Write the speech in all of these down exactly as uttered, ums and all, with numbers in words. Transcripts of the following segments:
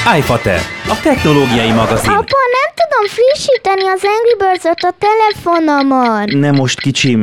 iFater, a technológiai magazin. Apa, nem tudom frissíteni az Angry Birds-ot a telefonomon. Ne most, kicsim.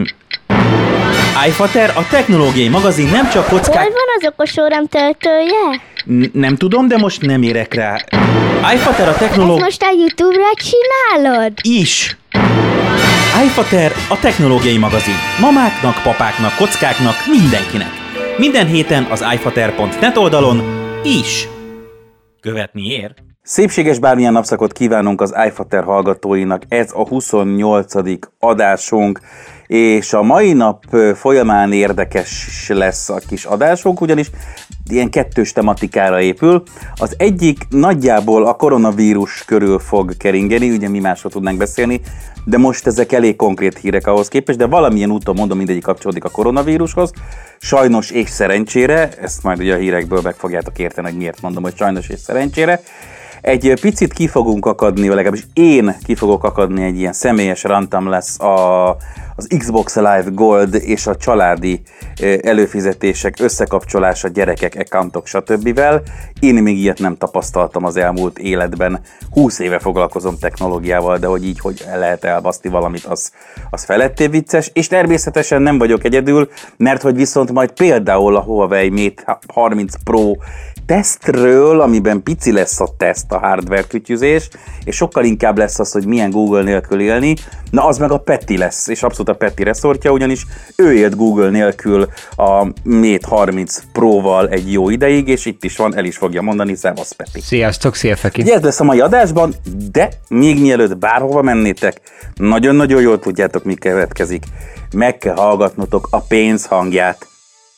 iFater, a technológiai magazin nem csak kockák... Hol van az okos órám töltője? N- nem tudom, de most nem érek rá. iFater, a technológiai... Ezt most a YouTube-ra csinálod? Is. iFater, a technológiai magazin. Mamáknak, papáknak, kockáknak, mindenkinek. Minden héten az iFater pont net oldalon is. Követni ér. Szépséges bármilyen napszakot kívánunk az iFater hallgatóinak. Ez a huszonnyolcadik adásunk, és a mai nap folyamán érdekes lesz a kis adásunk, ugyanis ilyen kettős tematikára épül. Az egyik nagyjából a koronavírus körül fog keringeni, ugye mi másról tudnánk beszélni, de most ezek elég konkrét hírek ahhoz képest, de valamilyen úton mondom, mindegyik kapcsolódik a koronavírushoz. Sajnos és szerencsére, ezt majd ugye a hírekből meg fogjátok érteni, hogy miért mondom, hogy sajnos és szerencsére. Egy picit ki fogunk akadni, vagy legalábbis én ki fogok akadni, egy ilyen személyes rantam lesz a, az Xbox Live Gold és a családi előfizetések összekapcsolása, gyerekek, accountok, stb. Én még ilyet nem tapasztaltam az elmúlt életben. húsz éve foglalkozom technológiával, de hogy így, hogy lehet elbaszti valamit, az, az feletté vicces. És természetesen nem vagyok egyedül, mert hogy viszont majd például a Huawei Mate harminc Pro tesztről, amiben pici lesz a teszt, a hardware kütyüzés, és sokkal inkább lesz az, hogy milyen Google nélkül élni, na az meg a Peti lesz, és abszolút a Peti reszortja, ugyanis ő élt Google nélkül a Mate harminc Pro-val egy jó ideig, és itt is van, el is fogja mondani, szevasz Peti. Sziasztok, szia Feki! Ugye ez lesz a mai adásban, de még mielőtt bárhova mennétek, nagyon-nagyon jól tudjátok, mi következik. Meg kell hallgatnotok a pénz hangját.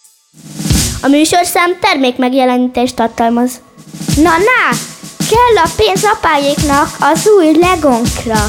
A műsorszám termékmegjelenítést tartalmaz. Na, na! Kell a pénz apáéknak az új Legónkra!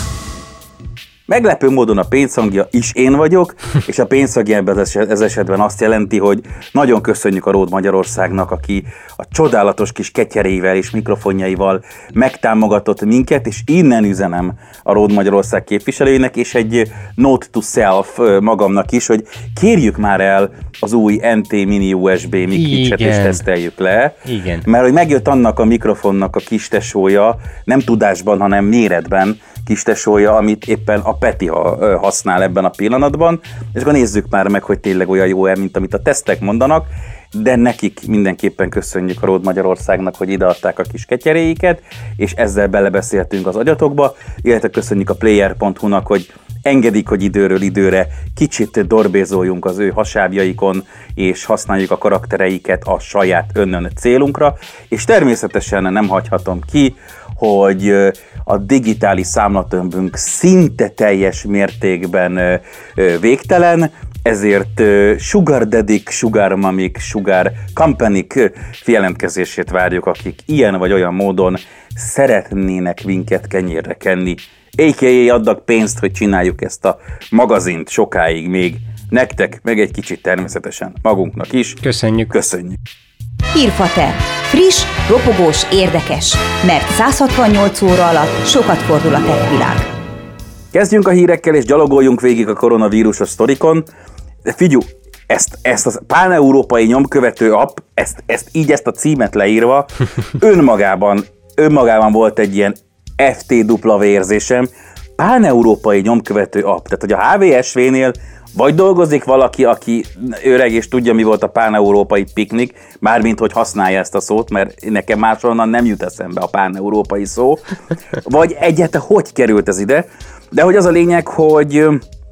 Meglepő módon a pénzhangja is én vagyok, és a pénzhangja ebben az esetben azt jelenti, hogy nagyon köszönjük a Rode Magyarországnak, aki a csodálatos kis ketyerével és mikrofonjaival megtámogatott minket, és innen üzenem a Rode Magyarország képviselőinek, és egy note to self magamnak is, hogy kérjük már el az új en té Mini u es bé mikicset, és teszteljük le. Igen. Mert hogy megjött annak a mikrofonnak a kis tesója, nem tudásban, hanem méretben kis tesója, amit éppen a Peti használ ebben a pillanatban, és akkor nézzük már meg, hogy tényleg olyan jó-e, mint amit a tesztek mondanak, de nekik mindenképpen köszönjük a Rode Magyarországnak, hogy ideadták a kis ketyeréiket, és ezzel belebeszéltünk az agyatokba, illetve köszönjük a player pont hu-nak, hogy engedik, hogy időről időre kicsit dorbézoljunk az ő hasábjaikon, és használjuk a karaktereiket a saját önnön célunkra, és természetesen nem hagyhatom ki, hogy a digitális számlatömbünk szinte teljes mértékben végtelen, ezért Sugar Daddy-k, Sugar Mamik, Sugar Company-k jelentkezését várjuk, akik ilyen vagy olyan módon szeretnének minket kenyérre kenni. á ká á adnak pénzt, hogy csináljuk ezt a magazint sokáig még. Nektek, meg egy kicsit természetesen magunknak is. Köszönjük. Köszönjük. Hírfater. Friss, ropogós, érdekes. Mert száz hatvannyolc óra alatt sokat fordul a tech világ. Kezdjünk a hírekkel, és gyalogoljunk végig a koronavírusos sztorikon. De figyelj, ezt, ezt a pán-európai nyomkövető app, ezt, ezt így ezt a címet leírva, önmagában, önmagában volt egy ilyen ef té dupla vé érzésem. Pán-európai nyomkövető app, tehát hogy a há vé es vé-nél vagy dolgozik valaki, aki öreg és tudja, mi volt a pán-európai piknik, mármint, hogy használja ezt a szót, mert nekem máshonnan nem jut eszembe a pán-európai szó, vagy egyáltalán hogy került ez ide, de hogy az a lényeg, hogy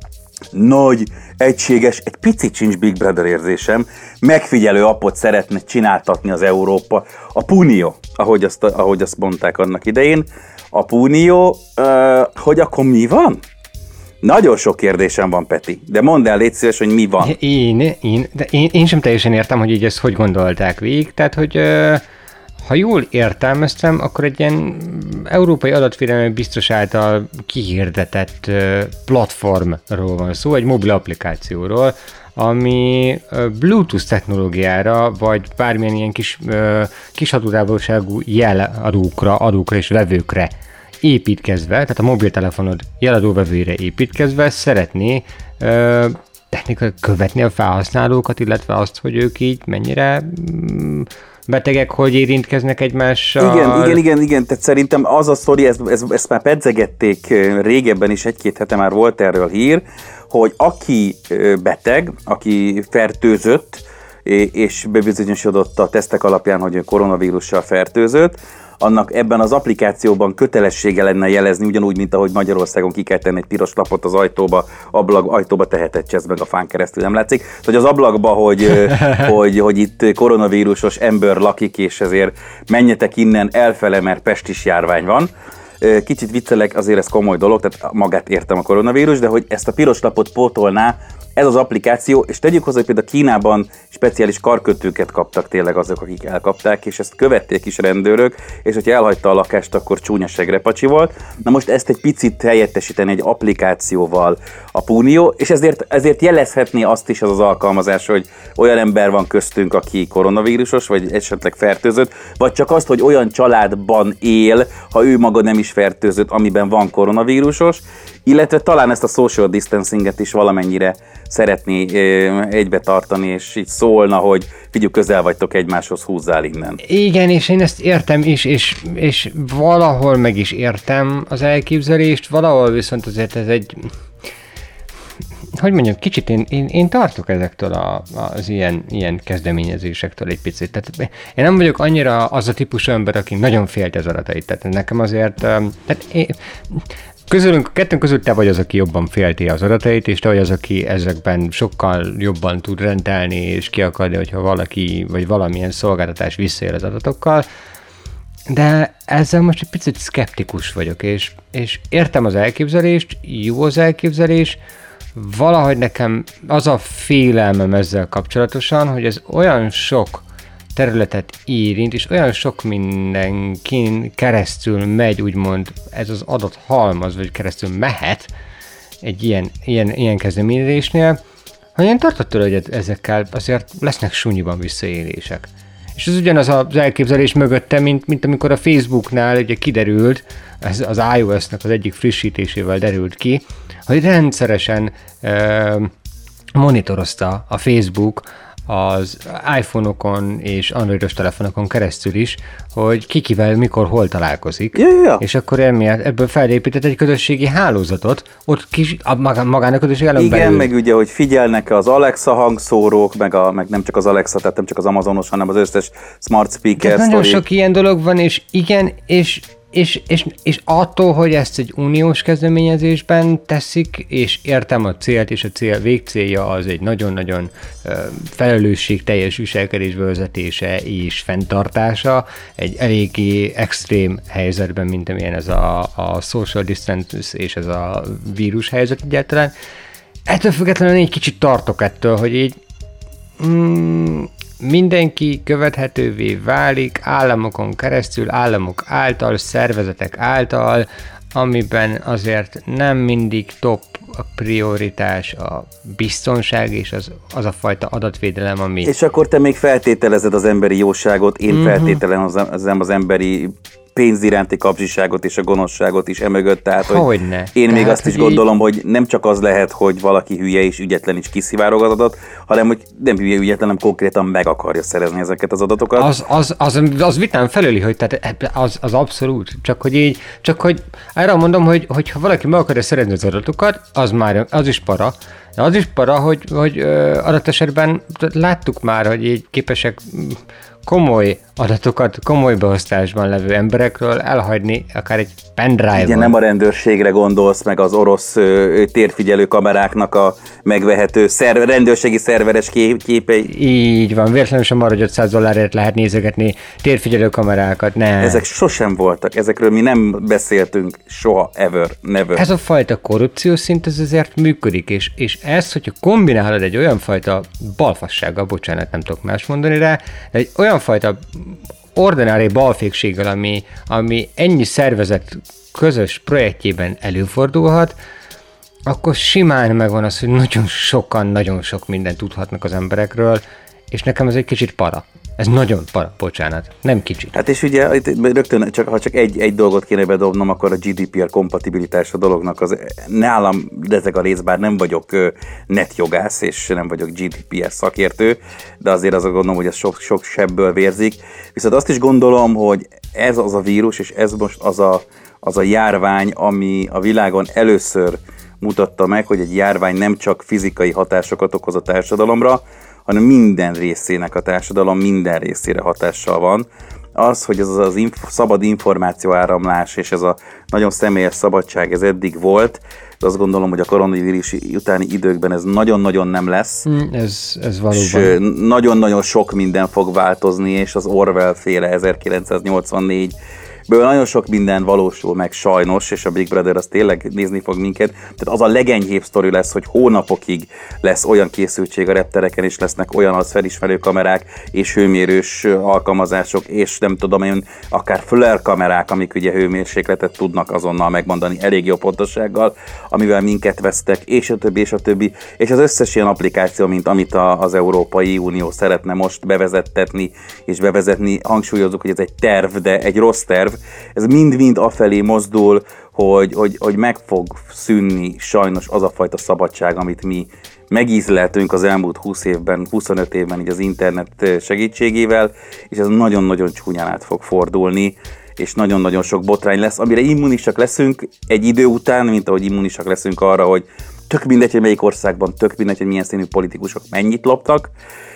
nagy, egységes, egy picit sincs Big Brother érzésem, megfigyelő appot szeretne csináltatni az Európa, a Punio, ahogy azt, ahogy azt mondták annak idején, a Punio, uh, hogy akkor mi van? Nagyon sok kérdésem van, Peti, de mondd el, légy szíves, hogy mi van. Én, én, de én, én sem teljesen értem, hogy így ezt hogy gondolták végig, tehát hogy ha jól értelmeztem, akkor egy ilyen európai adatvédelmi biztos által kihirdetett platformról van szó, egy mobil applikációról, ami Bluetooth technológiára, vagy bármilyen ilyen kis, kis hatótávolságú jeladókra, adókra és vevőkre építkezve, tehát a mobiltelefonod jeladóvevőre építkezve szeretné ö, technikai követni a felhasználókat, illetve azt, hogy ők így mennyire mm, betegek hogy érintkeznek egymással. Igen, igen, igen, igen, tehát szerintem az a sztori, ezt, ezt, ezt már pedzegették régebben is, egy-két hete már volt erről hír, hogy aki beteg, aki fertőzött, és bebizonyosodott a tesztek alapján, hogy koronavírussal fertőzött, annak ebben az applikációban kötelessége lenne jelezni, ugyanúgy, mint ahogy Magyarországon ki kell tenni egy piros lapot az ajtóba, ablag, ajtóba tehetett csesz meg a fán keresztül, nem látszik. Hogy az ablakba, hogy, hogy, hogy itt koronavírusos ember lakik, és ezért menjetek innen elfele, mert pestis járvány van. Kicsit viccelek, azért ez komoly dolog, tehát magát értem a koronavírus, de hogy ezt a piros lapot pótolná ez az applikáció, és tegyük hozzá, hogy például Kínában speciális karkötőket kaptak tényleg azok, akik elkapták, és ezt követték is rendőrök, és hogyha elhagyta a lakást, akkor csúnya segrepacsi volt. Na most ezt egy picit helyettesíteni egy applikációval a Punió, és ezért, ezért jelezhetné azt is az az alkalmazás, hogy olyan ember van köztünk, aki koronavírusos, vagy esetleg fertőzött, vagy csak azt, hogy olyan családban él, ha ő maga nem is fertőzött, amiben van koronavírusos, illetve talán ezt a social distancinget is valamennyire szeretné egybe tartani, és így szólna, hogy figyelj, közel vagytok egymáshoz, húzzál innen. Igen, és én ezt értem is, és, és valahol meg is értem az elképzelést, valahol viszont azért ez egy, hogy mondjam, kicsit én, én, én tartok ezektől a, az ilyen, ilyen kezdeményezésektől egy picit. Tehát én nem vagyok annyira az a típusú ember, aki nagyon félt az adatait. Tehát nekem azért, tehát én, közülünk, kettőnk között te vagy az, aki jobban félti az adatait, és te vagy az, aki ezekben sokkal jobban tud rendelni, és ki akarni, hogyha valaki, vagy valamilyen szolgáltatás visszaél az adatokkal. De ezzel most egy picit szkeptikus vagyok, és, és értem az elképzelést, jó az elképzelés, valahogy nekem az a félelmem ezzel kapcsolatosan, hogy ez olyan sok területet érint, és olyan sok mindenkin keresztül megy, úgymond ez az adott halmaz, vagy keresztül mehet egy ilyen, ilyen, ilyen kezdeményezésnél, hogy én tartok tőle, hogy ezekkel azért lesznek sunyiban visszaélések. És ez ugyanaz az elképzelés mögötte, mint, mint amikor a Facebooknál ugye kiderült, ez az iOS-nek az egyik frissítésével derült ki, hogy rendszeresen uh, monitorozta a Facebook az iPhone-okon és androidos telefonokon keresztül is, hogy kikivel, mikor, hol találkozik. Ja, ja, ja. És akkor emiatt ebből felépített egy közösségi hálózatot, ott kis, a, magán a közösség elől Igen, belül. meg ugye, hogy figyelnek az Alexa hangszórók, meg, a, meg nem csak az Alexa, tehát nem csak az Amazonos, hanem az összes smart speaker. Nagyon sok ilyen dolog van, és igen, és És, és, és attól, hogy ezt egy uniós kezdeményezésben teszik, és értem a célt, és a cél végcélja az egy nagyon-nagyon uh, felelősségteljes viselkedés vezetése és fenntartása egy eléggé extrém helyzetben, mint amilyen ez a, a social distance és ez a vírus helyzet egyáltalán. Ettől függetlenül egy kicsit tartok ettől, hogy így mm, mindenki követhetővé válik államokon keresztül, államok által, szervezetek által, amiben azért nem mindig top a prioritás a biztonság és az, az a fajta adatvédelem, ami... És akkor te még feltételezed az emberi jóságot, én uh-huh. feltételem az, az, az emberi pénz iránti kapzsiságot és a gonoszságot is emögött, tehát hogy Hogyne. én tehát, még azt is így... gondolom, hogy nem csak az lehet, hogy valaki hülye és ügyetlen is kiszivárog az adat, hanem hogy nem hülye ügyetlen, hanem konkrétan meg akarja szerezni ezeket az adatokat. Az, az, az, az vitán felüli, hogy tehát az, az abszolút, csak hogy így, csak hogy erre mondom, hogy, hogy ha valaki meg akarja szerezni az adatokat, az már, az is para. De az is para, hogy, hogy adott esetben láttuk már, hogy így képesek komoly adatokat, komoly beosztásban levő emberekről elhagyni akár egy pendrive-on. Igen, nem a rendőrségre gondolsz, meg az orosz ö, térfigyelő kameráknak a megvehető szerver, rendőrségi szerveres kép, képei. Így van, véletlenül sem arra, hogy ötszáz dollárért lehet nézegetni térfigyelő kamerákat, nem. Ezek sosem voltak, ezekről mi nem beszéltünk soha, ever, never. Ez a fajta korrupciós szint ez azért működik, és, és ez, hogyha kombinálod egy olyan fajta balfassággal, bocsánat, nem tudok más mondani rá, de egy olyan fajta ordinári balfékséggel, ami, ami ennyi szervezet közös projektjében előfordulhat, akkor simán megvan az, hogy nagyon sokan, nagyon sok mindent tudhatnak az emberekről, és nekem ez egy kicsit para. Ez nagyon para, bocsánat, nem kicsit. Hát és ugye rögtön, csak, ha csak egy, egy dolgot kéne bedobnom, akkor a gé dé pé er kompatibilitás a dolognak az nálam ezek a rész, bár nem vagyok netjogász, és nem vagyok gé dé pé er szakértő, de azért azt gondolom, hogy ez sok, sok sebből vérzik. Viszont azt is gondolom, hogy ez az a vírus, és ez most az a, az a járvány, ami a világon először mutatta meg, hogy egy járvány nem csak fizikai hatásokat okoz a társadalomra, hanem minden részének a társadalom minden részére hatással van. Az, hogy ez az inf- szabad információáramlás és ez a nagyon személyes szabadság, ez eddig volt, de azt gondolom, hogy a koronavírus utáni időkben ez nagyon-nagyon nem lesz. Mm, ez, ez valóban. És nagyon-nagyon sok minden fog változni, és az Orwell féle ezerkilencszáznyolcvannégy ből nagyon sok minden valósul meg sajnos, és a Big Brother az tényleg nézni fog minket. Tehát az a legenyhébb sztori lesz, hogy hónapokig lesz olyan készültség a reptereken, és lesznek olyan az felismerő kamerák, és hőmérős alkalmazások, és nem tudom én, akár flare kamerák, amik ugye hőmérsékletet tudnak azonnal megmondani elég jó pontossággal, amivel minket vesztek, és a többi, és a többi. És az összes ilyen applikáció, mint amit a, az Európai Unió szeretne most bevezettetni, és bevezetni, hangsúlyozzuk, hogy ez egy terv, de egy rossz terv, ez mind-mind afelé mozdul, hogy, hogy, hogy meg fog szűnni sajnos az a fajta szabadság, amit mi megízleltünk az elmúlt húsz évben, huszonöt évben így az internet segítségével, és ez nagyon-nagyon csúnyán át fog fordulni, és nagyon-nagyon sok botrány lesz, amire immunisak leszünk egy idő után, mint ahogy immunisak leszünk arra, hogy tök mindegy, hogy melyik országban, tök mindegy, hogy milyen színű politikusok mennyit loptak,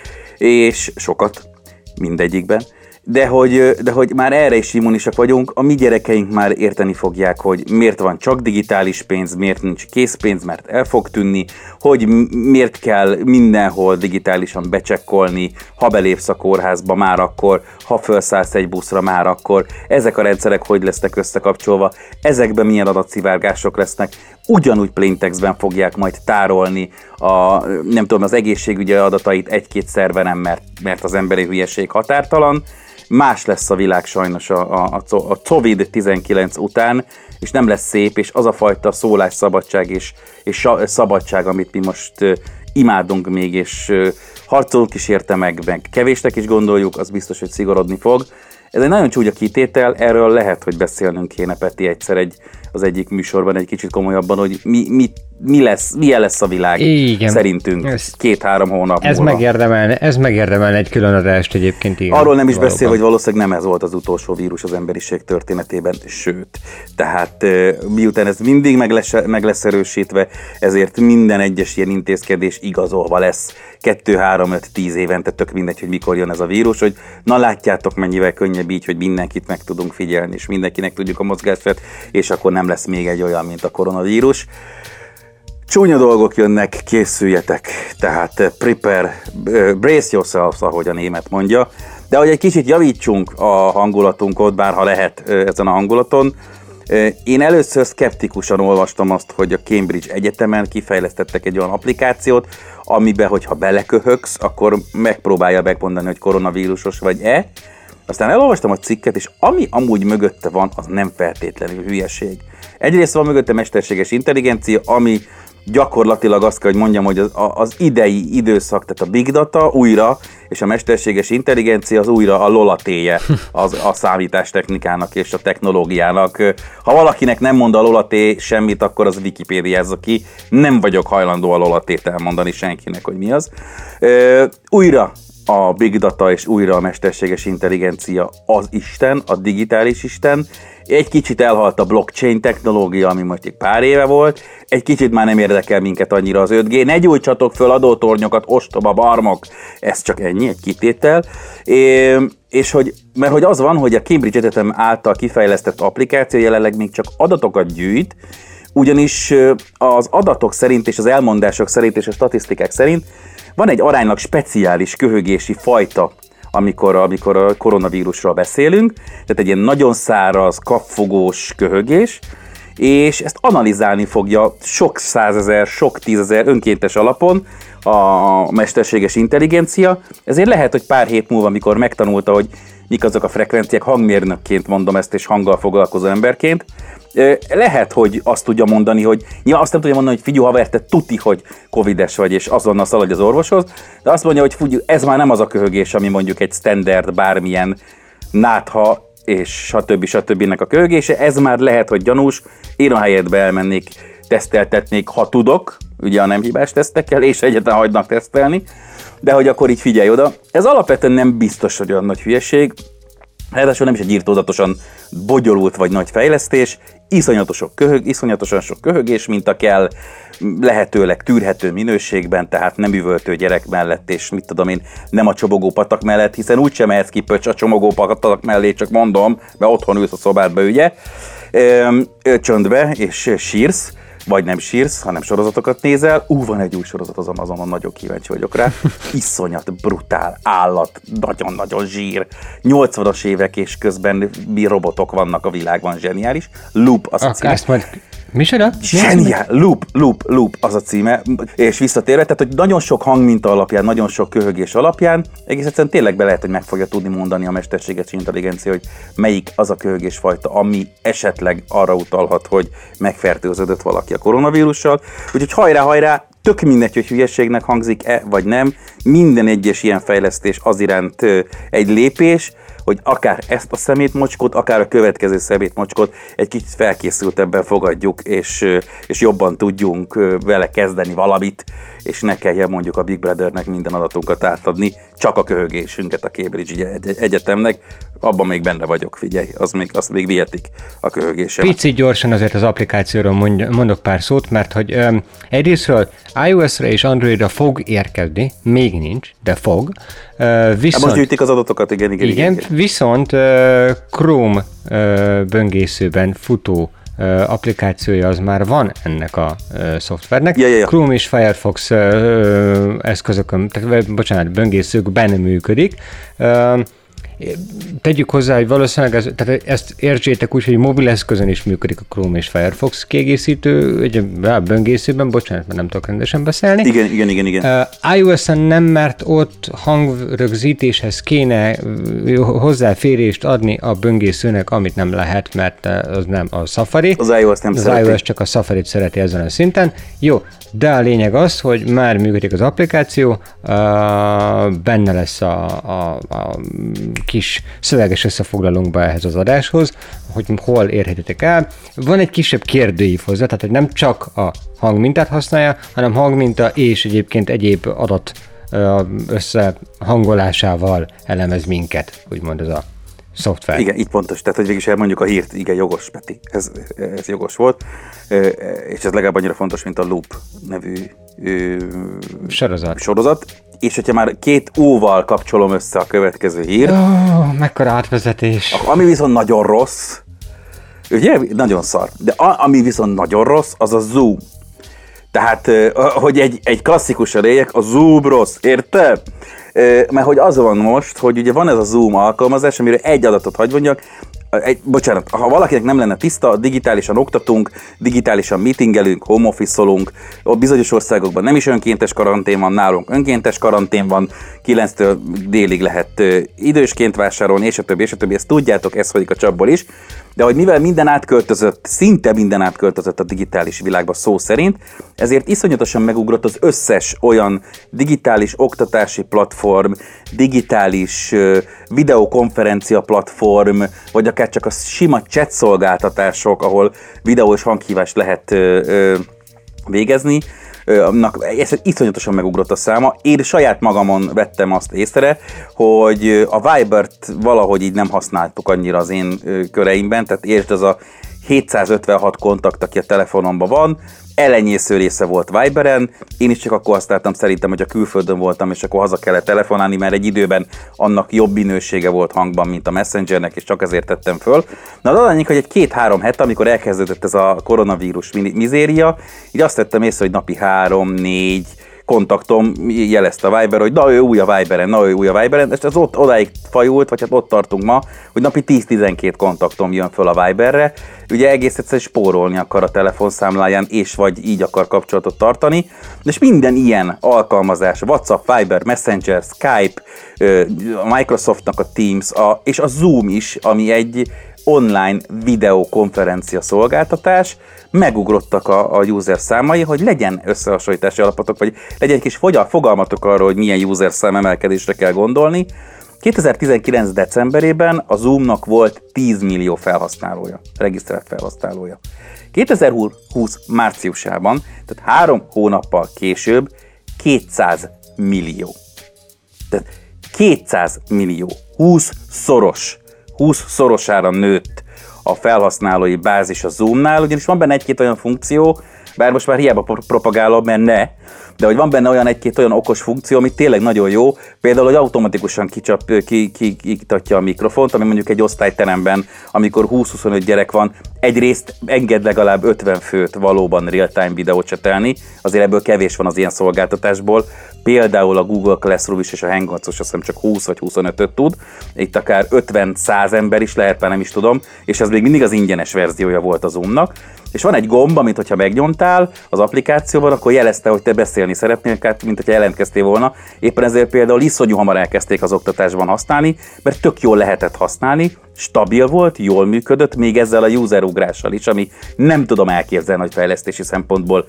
és sokat mindegyikben. De hogy, de hogy már erre is immunisak vagyunk, a mi gyerekeink már érteni fogják, hogy miért van csak digitális pénz, miért nincs készpénz, mert el fog tűnni, hogy miért kell mindenhol digitálisan becsekkolni, ha belépsz a kórházba már akkor, ha felszállsz egy buszra már akkor, ezek a rendszerek hogy lesznek összekapcsolva, ezekben milyen adatszivárgások lesznek, ugyanúgy plaintextben fogják majd tárolni a, nem tudom, az egészségügyi adatait egy-két szerveren, mert, mert az emberi hülyeség határtalan. Más lesz a világ sajnos a, a, a covid tizenkilenc után, és nem lesz szép, és az a fajta szólásszabadság és, és szabadság, amit mi most uh, imádunk még, és uh, harcolunk is érte meg, meg kevésnek is gondoljuk, az biztos, hogy szigorodni fog. Ez egy nagyon csúnya kitétel, erről lehet, hogy beszélnünk kéne, Peti, egyszer egy, az egyik műsorban egy kicsit komolyabban, hogy mi, mi, mi lesz, milyen lesz a világ. Igen. Szerintünk ez, két-három hónap ez múlva. Megérdemelne, ez megérdemelne egy külön adást egyébként. Igen, arról nem is valóban beszél, hogy valószínűleg nem ez volt az utolsó vírus az emberiség történetében, sőt. Tehát miután ez mindig meg lesz, meg lesz erősítve, ezért minden egyes ilyen intézkedés igazolva lesz kettő, három, öt, tíz évente, tök mindegy, hogy mikor jön ez a vírus, hogy na látjátok mennyivel könnyebb így, hogy mindenkit meg tudunk figyelni, és mindenkinek tudjuk a mozgását, és akkor nem lesz még egy olyan, mint a koronavírus. Csúnya dolgok jönnek, készüljetek, tehát prepare, brace yourselves, ahogy a német mondja, de hogy egy kicsit javítsunk a hangulatunkat, bár ha lehet ezen a hangulaton. Én először szkeptikusan olvastam azt, hogy a Cambridge Egyetemen kifejlesztettek egy olyan applikációt, amiben, hogyha beleköhögsz, akkor megpróbálja megmondani, hogy koronavírusos vagy-e. Aztán elolvastam a cikket, és ami amúgy mögötte van, az nem feltétlenül hülyeség. Egyrészt van mögötte mesterséges intelligencia, ami gyakorlatilag azt kell, hogy mondjam, hogy az, az idei időszak, tehát a big data újra, és a mesterséges intelligencia az újra a lolatéje az, a számítástechnikának és a technológiának. Ha valakinek nem mond a lolaté semmit, akkor az Wikipédiázza ki. Nem vagyok hajlandó a lolatét elmondani senkinek, hogy mi az. Ö, újra a big data és újra a mesterséges intelligencia az Isten, a digitális Isten. Egy kicsit elhalt a blockchain technológia, ami most egy pár éve volt, egy kicsit már nem érdekel minket annyira az öt G, ne gyújtsatok föl adótornyokat, ostoba barmok, ez csak ennyi, egy kitétel. É, és hogy, mert hogy az van, hogy a Cambridge Egyetem által kifejlesztett applikáció jelenleg még csak adatokat gyűjt, ugyanis az adatok szerint és az elmondások szerint és a statisztikák szerint van egy aránylag speciális köhögési fajta, amikor, amikor a koronavírusról beszélünk, tehát egy ilyen nagyon száraz, kapfogós köhögés, és ezt analizálni fogja sok százezer, sok tízezer önkéntes alapon a mesterséges intelligencia, ezért lehet, hogy pár hét múlva, amikor megtanulta, hogy mik azok a frekvenciák, hangmérnökként mondom ezt, és hanggal foglalkozó emberként, Lehet, hogy azt tudja mondani, hogy nyilván azt nem tudja mondani, hogy figyelj haver, te tuti, hogy covides vagy, és azonnal szaladj az orvoshoz, de azt mondja, hogy figyelj, ez már nem az a köhögés, ami mondjuk egy standard bármilyen nátha, és stb. stb. A köhögése, ez már lehet, hogy gyanús, én a helyedbe elmennék, teszteltetnék, ha tudok, ugye a nem hibás tesztekkel, és egyetlen hagynak tesztelni, de hogy akkor így figyelj oda. Ez alapvetően nem biztos, hogy olyan nagy hülyeség, ráadásul nem is egy irtózatosan bonyolult vagy nagy fejlesztés, iszonyatosan, köhög, iszonyatosan sok köhögés, mint a kell, lehetőleg tűrhető minőségben, tehát nem üvöltő gyerek mellett, és mit tudom én, nem a csobogó patak mellett, hiszen úgysem mehetsz ki pöcs a csomogó patak mellé, csak mondom, mert otthon ülsz a szobádba, ugye, csöndbe, és sírsz, vagy nem sírsz, hanem sorozatokat nézel. Ú, van egy új sorozat az Amazonon, nagyon kíváncsi vagyok rá. Iszonyat, brutál, állat, nagyon-nagyon zsír. nyolcvanas évek, és közben mi robotok vannak a világban, zseniális. Loop az a címe. Majd... Micsoda? Zseniál! Loop, loop, loop az a címe. És visszatérve, tehát hogy nagyon sok hangminta alapján, nagyon sok köhögés alapján, egész egyszerűen tényleg be lehet, hogy meg fogja tudni mondani a mesterséges intelligencia, hogy melyik az a köhögésfajta, ami esetleg arra utalhat, hogy megfertőződött valaki a koronavírussal. Úgyhogy hajrá, hajrá! Tök mindegy, hogy hülyeségnek hangzik-e, vagy nem. Minden egyes ilyen fejlesztés az iránt egy lépés, hogy akár ezt a szemétmocskot, akár a következő szemétmocskot egy kicsit felkészültebben fogadjuk, és, és jobban tudjunk vele kezdeni valamit, és ne kelljen mondjuk a Big Brothernek minden adatunkat átadni, csak a köhögésünket a Cambridge Egyetemnek. Abban még benne vagyok, figyelj, az még, azt még vihetik a köhögésem. Picit gyorsan azért az applikációról mondok pár szót, mert hogy um, egyrésztről iOS-ra és Androidra fog érkezni, még nincs, de fog. Uh, viszont, most gyűjtik az adatokat, igen, igen. Igen, igen. viszont uh, Chrome uh, böngészőben futó uh, applikációja az már van ennek a uh, szoftvernek. Ja, ja, ja. Chrome és Firefox uh, eszközökön, tehát, bocsánat, böngészőkben működik. Uh, Tegyük hozzá, hogy valószínűleg ez, tehát ezt értsétek úgy, hogy mobileszközön is működik a Chrome és Firefox kiegészítő, egy böngészőben, bocsánat, mert nem tudok rendesen beszélni. Igen, igen, igen. igen. Uh, iOS-en nem, mert ott hangrögzítéshez kéne hozzáférést adni a böngészőnek, amit nem lehet, mert az nem a Safari. Az iOS nem az szereti. iOS csak a Safarit szereti ezen a szinten. Jó, de a lényeg az, hogy már működik az applikáció, uh, benne lesz a, a, a kis szöveges összefoglalónkba ehhez az adáshoz, hogy hol érhetitek el. Van egy kisebb kérdőív hozzá, tehát hogy nem csak a hangmintát használja, hanem hangminta és egyébként egyéb adat összehangolásával elemez minket, úgymond ez a szoftver. Igen, így pontos, tehát hogy végig is elmondjuk a hírt, igen, jogos, Peti, ez, ez jogos volt, és ez legalább annyira fontos, mint a Loop nevű sorozat. sorozat. És hogyha már két óval kapcsolom össze a következő hírt. Oh, mekkora átvezetés. Ami viszont nagyon rossz, ugye, nagyon szar, de a, ami viszont nagyon rossz, az a Zoom. Tehát, hogy egy, egy klasszikusan éljek, a Zoom rossz, érted? Mert hogy az van most, hogy ugye van ez a Zoom alkalmazás, amire egy adatot hagy mondjak, egy, bocsánat, ha valakinek nem lenne tiszta, digitálisan oktatunk, digitálisan meetingelünk, home office-olunk, ott bizonyos országokban nem is önkéntes karantén van, nálunk önkéntes karantén van, kilenctől délig lehet idősként vásárolni, és a többi, és a többi, ezt tudjátok, ez folyik a csapból is, de hogy mivel minden átköltözött, szinte minden átköltözött a digitális világba szó szerint, ezért iszonyatosan megugrott az összes olyan digitális oktatási platform, digitális uh, videokonferencia platform, vagy akár csak a sima chat szolgáltatások, ahol videó és hanghívást lehet uh, uh, végezni, annak ez iszonyatosan megugrott a száma. Én saját magamon vettem azt észre, hogy a Vibert valahogy így nem használtuk annyira az én köreimben, tehát értsd, az a hétszázötvenhat kontakt, aki a telefonomban van, elenyésző része volt Viberen, én is csak akkor használtam szerintem, hogy a külföldön voltam, és akkor haza kellett telefonálni, mert egy időben annak jobb minősége volt hangban, mint a Messengernek, és csak ezért tettem föl. Na, de annyi, hogy egy két-három hete, amikor elkezdődött ez a koronavírus mizéria, így azt vettem észre, hogy napi három-négy kontaktom jelezte a Viber, hogy na ő új a Viberen, na ő új a Viberen, és ez ott odáig fajult, vagy hát ott tartunk ma, hogy napi tíz-tizenkét kontaktom jön föl a Viberre, ugye egész egyszerűen spórolni akar a telefonszámláján, és vagy így akar kapcsolatot tartani, és minden ilyen alkalmazás, WhatsApp, Viber, Messenger, Skype, a Microsoftnak a Teams, a, és a Zoom is, ami egy online videokonferencia szolgáltatás, megugrottak a, a user számai, hogy legyen összehasonlítási alapotok, vagy legyen egy kis fogalmatok arról, hogy milyen user szám emelkedésre kell gondolni. kétezer-tizenkilenc decemberében a Zoomnak volt tíz millió felhasználója, regisztrált felhasználója. kétezer-húsz márciusában, tehát három hónappal később kétszáz millió. Tehát kétszáz millió, húsz szoros, húsz szorosára nőtt a felhasználói bázis a Zoomnál, ugyanis van benne egy-két olyan funkció, bár most már hiába propagálom, mert ne, de hogy van benne olyan egy-két olyan okos funkció, ami tényleg nagyon jó, például, hogy automatikusan kicsap, ki, ki, kitatja a mikrofont, ami mondjuk egy osztályteremben, amikor húsz-huszonöt gyerek van, egyrészt enged legalább ötven főt valóban real-time videót csetelni, azért ebből kevés van az ilyen szolgáltatásból, például a Google Classroom is és a Hangouts-os azt hiszem csak húsz vagy huszonötöt tud, itt akár ötven-száz ember is lehet, már nem is tudom, és ez még mindig az ingyenes verziója volt a Zoomnak. És van egy gomb, amit hogyha megnyomtál az applikációban, akkor jelezte, hogy te beszélni szeretnél, mint hogyha jelentkeztél volna. Éppen ezért például iszonyú hamar elkezdték az oktatásban használni, mert tök jól lehetett használni, stabil volt, jól működött, még ezzel a user ugrással is, ami nem tudom elképzelni, hogy fejlesztési szempontból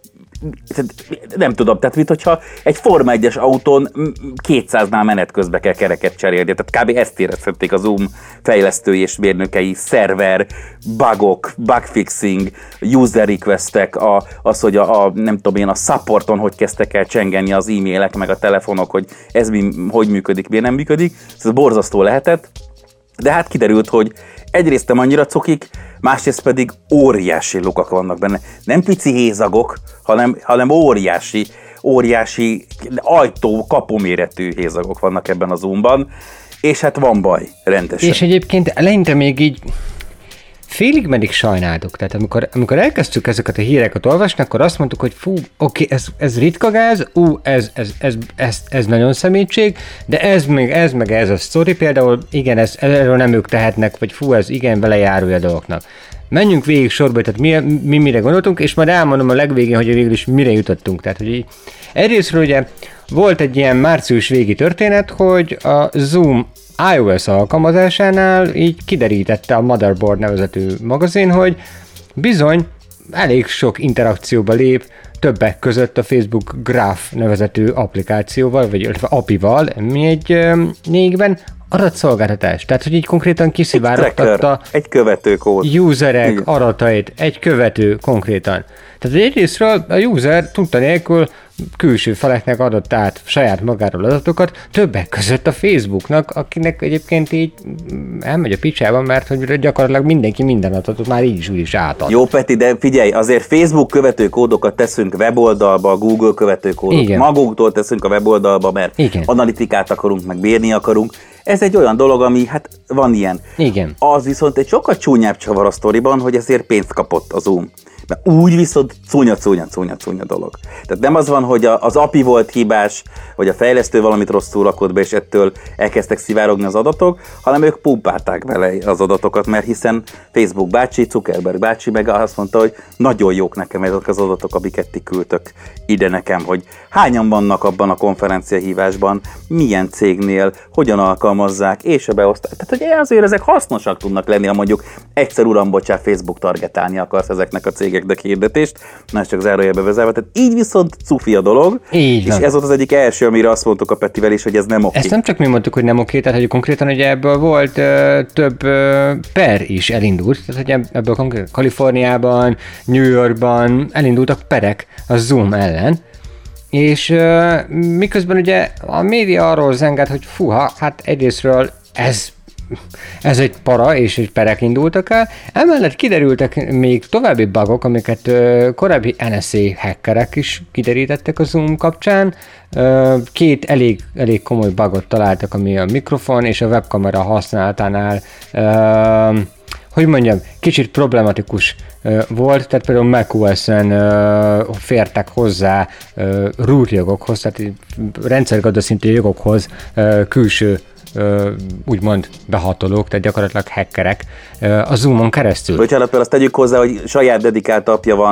nem tudom, tehát mint hogyha egy Forma egyes autón kétszáznál menet közben kell kereket cserélni, tehát kb. Ezt érezhették a Zoom fejlesztői és mérnökei, szerver, bugok, bugfixing, user requestek, a, az, hogy a, a, nem tudom én, a supporton hogy kezdtek el csengeni az e-mailek, meg a telefonok, hogy ez mi, hogy működik, miért nem működik, ez borzasztó lehetett, de hát kiderült, hogy egyrészt nem annyira cokik, másrészt pedig óriási lukak vannak benne. Nem pici hézagok, hanem, hanem óriási, óriási ajtó, kapuméretű hézagok vannak ebben a Zoomban, és hát van baj, rendesen. És egyébként eleinte még így félig meddig sajnáltuk. Tehát amikor, amikor elkezdtük ezeket a híreket olvasni, akkor azt mondtuk, hogy fú, oké, ez, ez ritka gáz, ú, ez, ez, ez, ez, ez nagyon szemétség, de ez meg ez, meg ez a sztori például, igen, ez, erről nem ők tehetnek, vagy fú, ez igen, vele járója a dolgoknak. Menjünk végig sorba, tehát mi, mi mire gondoltunk, és majd elmondom a legvégén, hogy végül is mire jutottunk. Tehát, hogy így, egyrésztről ugye volt egy ilyen március végi történet, hogy a Zoom iOS alkalmazásánál így kiderítette a Motherboard nevezetű magazin, hogy bizony elég sok interakcióba lép többek között a Facebook Graph nevezetű applikációval, vagy apival, mi egy négyben adatszolgáltatás. Tehát, hogy így konkrétan kiszivárogtatta egy, egy követőkód. Userek Igen. adatait, egy követő konkrétan. Tehát egyrésztről a user tudta nélkül külső feleknek adott át saját magáról adatokat, többek között a Facebooknak, akinek egyébként így elmegy a picsában, mert hogy gyakorlatilag mindenki minden adatot már így is úgy is átad. Jó, Peti, de figyelj, azért Facebook követőkódokat teszünk weboldalba, Google követőkódot Igen. magunktól teszünk a weboldalba, mert Igen. analitikát akarunk, meg bírni akarunk. Ez egy olyan dolog, ami, hát van ilyen. Igen. Az viszont egy sokkal csúnyább csavar a sztoriban, hogy ezért pénzt kapott a Zoom. Mert úgy viszont cúnya, cúnya, cúnya, cúnya dolog. Tehát nem az van, hogy az á pé i volt hibás, vagy a fejlesztő valamit rosszul rakott be, és ettől elkezdtek szivárogni az adatok, hanem ők pumpálták bele az adatokat, mert hiszen Facebook bácsi, Zuckerberg bácsi meg azt mondta, hogy nagyon jók nekem ezek az adatok, amiket ti küldtök ide nekem, hogy hányan vannak abban a konferencia hívásban, milyen cégnél, hogyan alkalmazzák, és a beosztás. Tehát, hogy azért ezek hasznosak tudnak lenni, ha mondjuk egyszer uram, bocsánat, Facebook targetálni akarsz ezeknek a cégeknek hirdetést, más csak zárójelbe vezárva. Tehát így viszont cufi a dolog, így és ez volt az egyik első, amire azt mondtuk a Petivel is, hogy ez nem oké. Ezt nem csak mi mondtuk, hogy nem oké, tehát hogy konkrétan ugye ebből volt ö, több ö, per is elindult, tehát hogy ebből konkrétan Kaliforniában, New Yorkban elindultak perek a Zoom ellen, és ö, miközben ugye a média arról zengett, hogy fuha, hát egyrésztről ez Ez egy para, és egy perek indultak el. Emellett kiderültek még további bugok, amiket ö, korábbi en es á hackerek is kiderítettek a Zoom kapcsán. Ö, két elég, elég komoly bugot találtak, ami a mikrofon és a webkamera használatánál ö, hogy mondjam, kicsit problematikus ö, volt, tehát például macOS-en ö, fértek hozzá ö, root jogokhoz, tehát rendszergazda szintű jogokhoz ö, külső Ö, úgymond behatolók, tehát gyakorlatilag hackerek ö, a Zoomon keresztül. Bocsánat, azt tegyük hozzá, hogy saját dedikált apja van,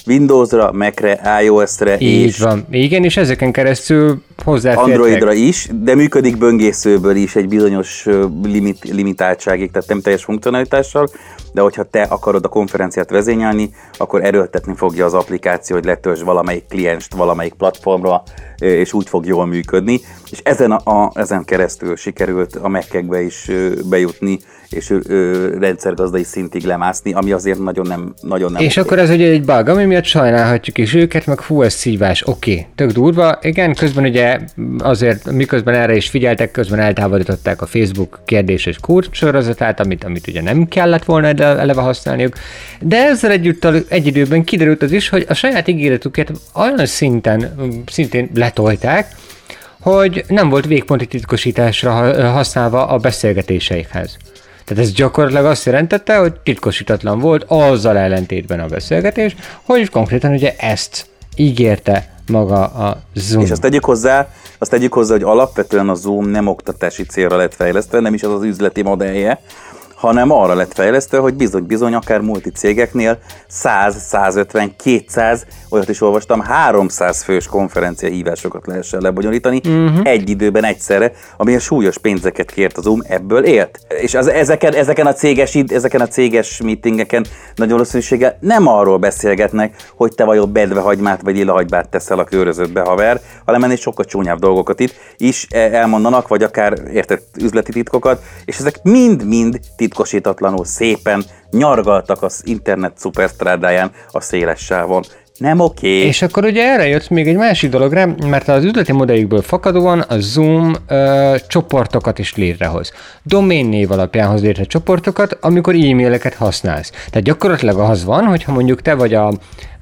Windowsra, Macre, iOS-re Így és van. Igen, és ezeken keresztül hozzáfértek. Androidra is, de működik böngészőből is egy bizonyos limit, limitáltságig, tehát nem teljes funkcionalitással, de hogyha te akarod a konferenciát vezényelni, akkor erőltetni fogja az applikáció, hogy letöltsd valamelyik klienst valamelyik platformra, és úgy fog jól működni, és ezen, a, a, ezen keresztül sikerült a Mac-ekbe is bejutni, és ö, rendszergazdai szintig lemászni, ami azért nagyon nem nagyon nem És oké. akkor ez ugye egy bug, ami miatt sajnálhatjuk is őket, meg hú, ez szívás, oké, okay, tök durva. Igen, közben ugye azért, miközben erre is figyeltek, közben eltávolították a Facebook kérdéses kurzsorozatát, amit, amit ugye nem kellett volna eleve használniuk, de ezzel együtt egy időben kiderült az is, hogy a saját ígéretüket olyan szinten, szintén letolták, hogy nem volt végponti titkosításra használva a beszélgetéseikhez. Tehát ez gyakorlatilag azt jelentette, hogy titkosítatlan volt azzal ellentétben a beszélgetés, hogy konkrétan ugye ezt ígérte maga a Zoom. És azt tegyük hozzá, azt tegyük hozzá, hogy alapvetően a Zoom nem oktatási célra lett fejlesztve, nem is az az üzleti modellje, hanem arra lett fejlesztve, hogy bizony-bizony akár multicégeknél száz, százötven, kétszáz, olyat is olvastam, háromszáz fős konferencia hívásokat lehessen lebonyolítani uh-huh. egy időben egyszerre, ami a súlyos pénzeket kért a Zoom, ebből élt. És az, ezeken, ezeken, a céges, ezeken a céges meetingeken nagy valószínűséggel nem arról beszélgetnek, hogy te vajon bedvehagymát vagy illahagymát teszel a körözödbe, haver, hanem ennél sokkal csúnyább dolgokat itt is elmondanak, vagy akár értett üzleti titkokat, és ezek mind-mind titkosítatlanul szépen nyargaltak az internet szuperstrádáján a széles sávon. Nem oké. Okay. És akkor ugye erre jött még egy másik dologra, mert az üzleti modelljükből fakadóan a Zoom ö, csoportokat is létrehoz. Domainnév alapján hoz létre csoportokat, amikor e-maileket használsz. Tehát gyakorlatilag az van, hogyha mondjuk te vagy a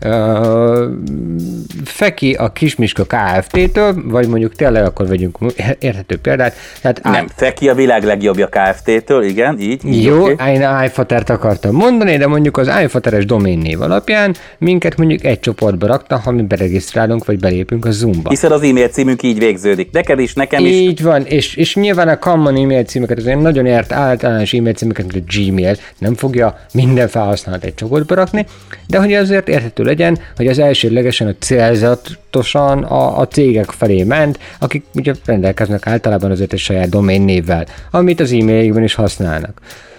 ö, Feki a Kismiska Kft-től, vagy mondjuk tényleg akkor vegyünk érthető példát. Tehát nem, á... Feki a világ legjobbja Kft-től, igen, így. így Jó, okay. Én iFatert akartam mondani, de mondjuk az iFateres domainnév alapján minket mondjuk egy csoportba rakta, ha mi beregisztrálunk, vagy belépünk a Zoomba. Hiszen az e-mail címünk így végződik. Neked is, nekem is. Így van, és, és nyilván a common e-mail címeket, az olyan nagyon ért általános e-mail címeket, mint a Gmail nem fogja minden felhasználót egy csoportba rakni, de hogy azért érthető legyen, hogy az elsődlegesen a célzatosan a, a cégek felé ment, akik ugye rendelkeznek általában azért egy saját domain névvel, amit az e-mailjükben is használnak.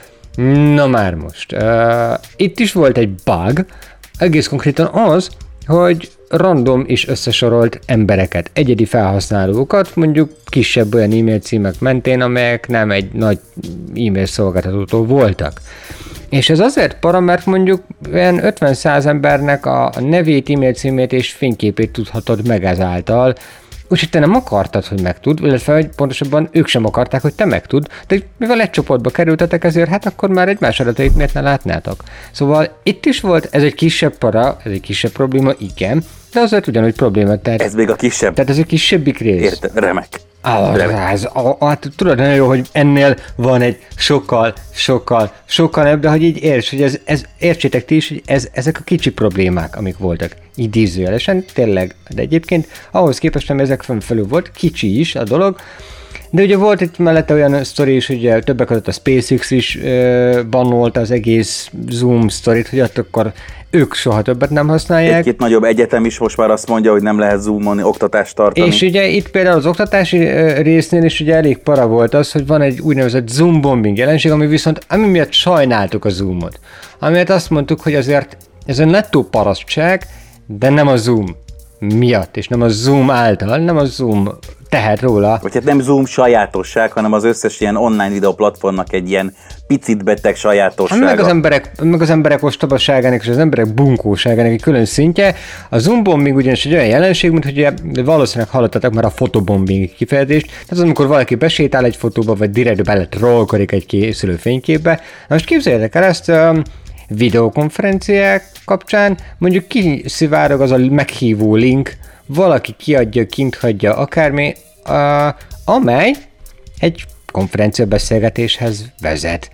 Na már most. Uh, itt is volt egy bug, egész konkrétan az, hogy random is összesorolt embereket, egyedi felhasználókat, mondjuk kisebb olyan e-mail címek mentén, amelyek nem egy nagy e-mail szolgáltatótól voltak. És ez azért para, mert mondjuk olyan ötven-száz embernek a nevét, e-mail címét és fényképét tudhatod meg ezáltal, úgyhogy te nem akartad, hogy megtud, illetve hogy pontosabban ők sem akarták, hogy te megtud, de mivel egy csoportba kerültetek ezért, hát akkor már egymás adatait miért ne látnátok. Szóval itt is volt, ez egy kisebb para, ez egy kisebb probléma, igen, de azért ugyanúgy probléma. Tehát, ez még a kisebb. Tehát ez egy kisebbik rész. Értem, remek. Ah, ez, hát tudod, nagyon jó, hogy ennél van egy sokkal, sokkal, sokkal nebb, de hogy így érts, hogy ez, ez, értsétek ti is, hogy ez, ezek a kicsi problémák, amik voltak idézőjelesen, tényleg, de egyébként ahhoz képest, ami ezek fölül volt, kicsi is a dolog, de ugye volt itt mellette olyan sztori is, hogy többek között a SpaceX is ö, bannolta az egész Zoom sztorit, hogy ott akkor ők soha többet nem használják. Egy-két nagyobb egyetem is most már azt mondja, hogy nem lehet Zoomon oktatást tartani. És ugye itt például az oktatási résznél is ugye elég para volt az, hogy van egy úgynevezett Zoom bombing jelenség, ami viszont ami miatt sajnáltuk a Zoomot. Amiatt azt mondtuk, hogy azért ez egy nettó parasztság, de nem a Zoom miatt, és nem a Zoom által, nem a Zoom tehet róla. Vagy hát nem Zoom sajátosság, hanem az összes ilyen online videó platformnak egy ilyen picit beteg sajátossága. Meg az emberek, meg az emberek ostobaságának és az emberek bunkóságának egy külön szintje. A Zoom bombing ugyanis egy olyan jelenség, mint hogy valószínűleg hallottatok már a fotobombing kifejezést. Tehát az, amikor valaki besétál egy fotóba, vagy direkt bele trollkodik egy készülő fényképbe. Na most képzeljétek el ezt, um, videokonferenciák kapcsán mondjuk kiszivárog az a meghívó link, valaki kiadja, kint hagyja akármi, uh, amely egy konferencia beszélgetéshez vezet.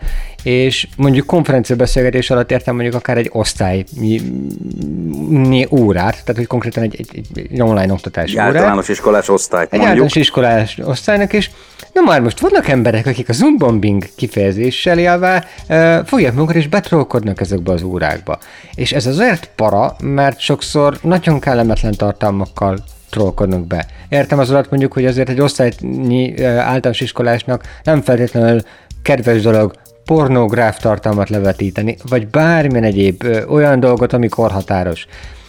és mondjuk konferencia beszélgetés alatt értem mondjuk akár egy osztály órát, tehát hogy konkrétan egy, egy, egy online oktatási órát. Általános iskolás osztályt egy mondjuk. Általános iskolás osztálynak is. Na már most vannak emberek, akik a Zoom bombing kifejezéssel élve uh, fogják magukat és betrollkodnak ezekbe az órákba. És ez azért para, mert sokszor nagyon kellemetlen tartalmakkal trollkodnak be. Értem az alatt mondjuk, hogy azért egy osztálynyi uh, általános iskolásnak nem feltétlenül kedves dolog pornográf tartalmat levetíteni, vagy bármilyen egyéb ö, olyan dolgot, ami korhatáros.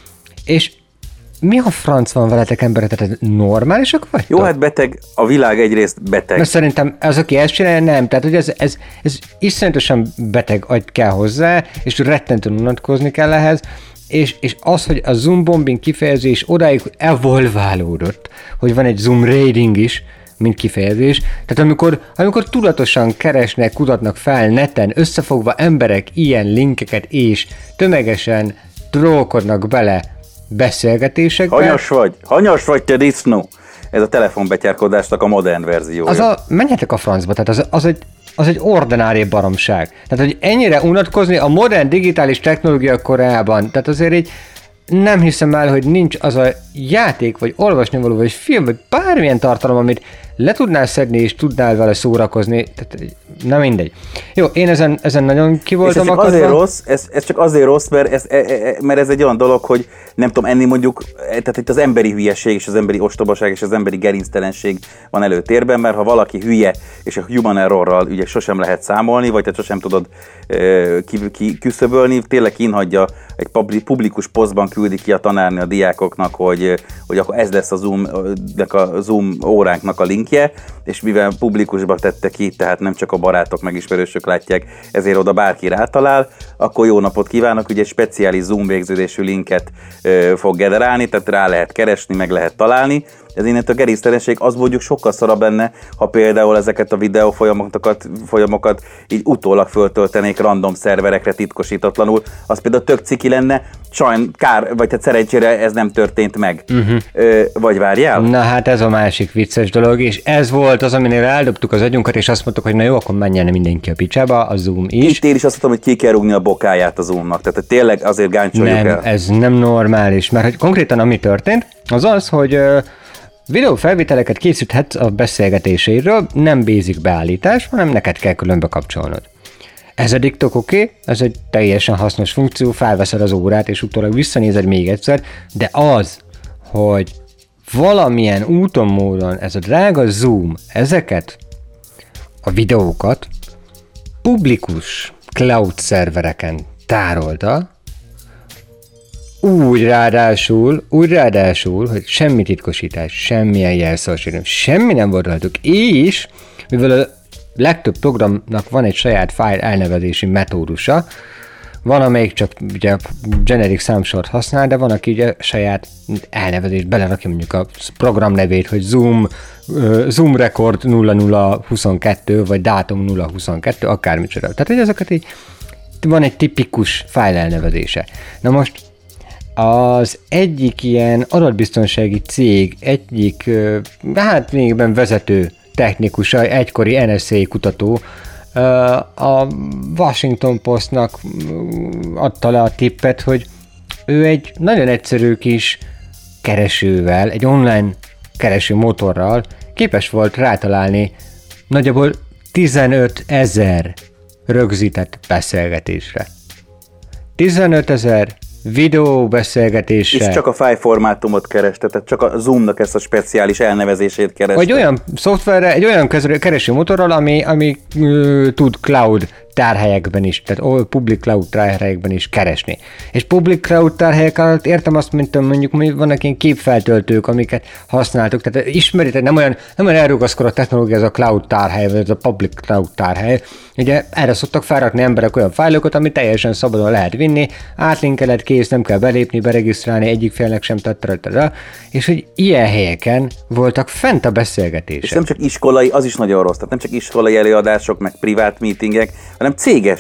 És mi a franc van veletek emberek? Tehát normálisak vagytok? Jó, hát beteg, a világ egyrészt beteg. Na szerintem az, aki ezt csinálja, nem. Tehát, hogy ez, ez, ez iszonyatosan beteg agy kell hozzá, és rettentően unatkozni kell ehhez, és, és az, hogy a Zoom bombing kifejezés odáig evolválódott, hogy van egy Zoom raiding is, mint kifejezés. Tehát amikor, amikor tudatosan keresnek, kutatnak fel neten, összefogva emberek ilyen linkeket és tömegesen trollkodnak bele beszélgetésekbe. Hanyas vagy, hanyas vagy te disznó. Ez a telefonbetyárkodásnak a modern verziója. Az a, menjetek a francba, tehát az, az egy az egy ordinári baromság. Tehát, hogy ennyire unatkozni a modern digitális technológia korában, tehát azért így nem hiszem el, hogy nincs az a játék, vagy olvasnivaló, vagy film, vagy bármilyen tartalom, amit le tudnál szedni, és tudnál vele szórakozni. Tehát, na mindegy. Jó, én ezen, ezen nagyon ki voltam akadva. Ez azért rossz, ez, ez csak azért rossz, mert ez, mert ez egy olyan dolog, hogy nem tudom, enni mondjuk, tehát itt az emberi hülyeség, és az emberi ostobaság, és az emberi gerinctelenség van előtérben, mert ha valaki hülye, és a human errorral ugye sosem lehet számolni, vagy te sosem tudod ki, ki, küszöbölni, tényleg kínhagyja, egy publikus posztban küldi ki a tanárni a diákoknak, hogy, hogy akkor ez lesz a Zoom, a Zoom óránknak a linkje, és mivel publikusba tette ki, tehát nem csak a barátok, megismerősök látják, ezért oda bárki rátalál, akkor jó napot kívánok, ugye egy speciális Zoom végződésű linket ö, fog generálni, tehát rá lehet keresni, meg lehet találni. Ez innentől gerinctelenség, az mondjuk sokkal szarabb lenne, ha például ezeket a videó folyamokat, folyamokat így utólag föltöltenék random szerverekre titkosítatlanul, az például tök ciki lenne, sajn, kár, vagy tehát szerencsére ez nem történt meg. Uh-huh. Ö, vagy várjál? Na hát ez a másik vicces dolog, és ez volt az, aminél eldobtuk az agyunkat, és azt mondtuk, hogy na jó, akkor menjen mindenki a picsába, a Zoom is. Itt én is azt mondtam, hogy ki kell rúgni a bokáját a Zoomnak, tehát tényleg azért gáncsoljuk nem, el. Ez nem normális, mert hogy konkrétan ami történt, az az, hogy videófelvételeket készíthetsz a beszélgetéséről, nem basic beállítás, hanem neked kell külön bekapcsolnod. Ez eddig tök oké, okay, ez egy teljesen hasznos funkció, felveszed az órát, és utólag visszanézed még egyszer, de az, hogy valamilyen úton, módon ez a drága Zoom ezeket a videókat publikus cloud szervereken tárolta, úgy ráadásul, úgy ráadásul, hogy semmi titkosítás, semmilyen jelszósítás, semmi nem volt rajtuk, és mivel a legtöbb programnak van egy saját file elnevezési metódusa, van, amelyik csak ugye generic számsort használ, de van, aki ugye saját elnevezést belerakja mondjuk a program nevét, hogy Zoom, uh, Zoom Record nulla nulla huszonkettő, vagy dátum nulla huszonkettő, akármicsoda. Tehát, hogy ezeket így, van egy tipikus file elnevezése. Na most az egyik ilyen adatbiztonsági cég, egyik, hát lényegben vezető technikusa, egykori en es á kutató, a Washington Postnak adta le a tippet, hogy ő egy nagyon egyszerű kis keresővel, egy online kereső motorral képes volt rátalálni nagyjából tizenöt ezer rögzített beszélgetésre. tizenöt ezer videóbeszélgetésre. És csak a file formátumot kereste, tehát csak a Zoomnak ezt a speciális elnevezését kereste. Vagy olyan szoftverre, egy olyan kereső motorral, ami, ami uh, tud cloud tárhelyekben is, tehát public cloud tárhelyekben is keresni. És public cloud tárhelyek alatt értem azt, mint mondjuk vannak ilyen képfeltöltők, amiket használtok, tehát ismeritek, nem olyan, nem olyan elrugaszkodott technológia ez a cloud tárhely, vagy ez a public cloud tárhely. Ugye erre szoktak felrakni emberek olyan fájlokat, amit teljesen szabadon lehet vinni, átlinkeled, kész, nem kell belépni, beregisztrálni, egyik félnek sem tettera, és hogy ilyen helyeken voltak fent a beszélgetések. És nem csak iskolai, az is nagyon rossz, tehát nem csak iskolai előadások, meg privát meetingek, hanem céges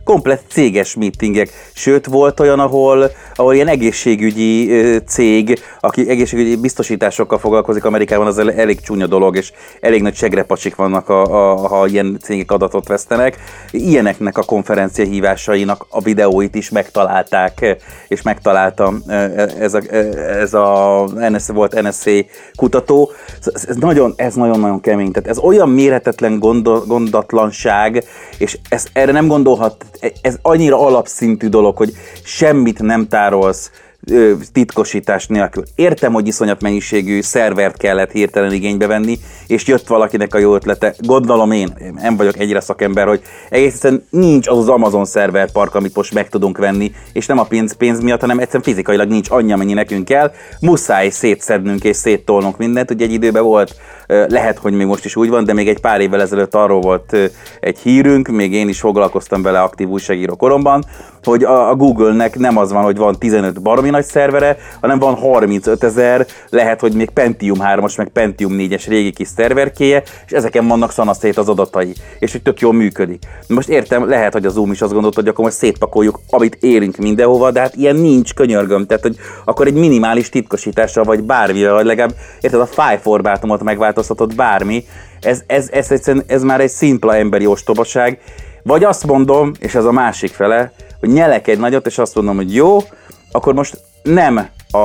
komplett céges meetingek. Sőt, volt olyan, ahol, ahol ilyen egészségügyi cég, aki egészségügyi biztosításokkal foglalkozik Amerikában, az elég csúnya dolog, és elég nagy segrepacsik vannak, a, a, ha ilyen cégek adatot vesztenek. Ilyeneknek a konferencia hívásainak a videóit is megtalálták, és megtalálta ez a, ez a en es, volt en es á kutató. Ez nagyon, ez nagyon-nagyon kemény. Tehát ez olyan mérhetetlen gondol, gondatlanság, és ez, erre nem gondolhat, ez annyira alapszintű dolog, hogy semmit nem tárolsz titkosítás nélkül. Értem, hogy iszonyat mennyiségű szervert kellett hirtelen igénybe venni, és jött valakinek a jó ötlete. Gondolom én, nem vagyok egyre szakember, hogy egészen nincs az az Amazon szerverpark, amit most meg tudunk venni, és nem a pénz, pénz miatt, hanem egyszerűen fizikailag nincs annyi, amennyi nekünk kell. Muszáj szétszednünk és széttolnunk mindent. Ugye egy időben volt, lehet, hogy még most is úgy van, de még egy pár évvel ezelőtt arról volt egy hírünk, még én is foglalkoztam vele aktív újságíró koromban, hogy a, a Google-nek nem az van, hogy van tizenöt baromi nagy szervere, hanem van harmincötezer, lehet, hogy még Pentium hármas, meg Pentium négyes régi kis szerverkéje, és ezeken vannak szanaszét az adatai, és hogy tök jól működik. Most értem, lehet, hogy a Zoom is azt gondolta, hogy akkor most szétpakoljuk, amit érünk mindenhova, de hát ilyen nincs, könyörgöm, tehát hogy akkor egy minimális titkosítással, vagy bármivel, vagy legalább, érted, a file formátumot megváltoztatott bármi, ez, ez, ez, ez, ez már egy szimpla emberi ostobaság, vagy azt mondom, és ez a másik fele, hogy nyelek egy nagyot, és azt mondom, hogy jó, akkor most nem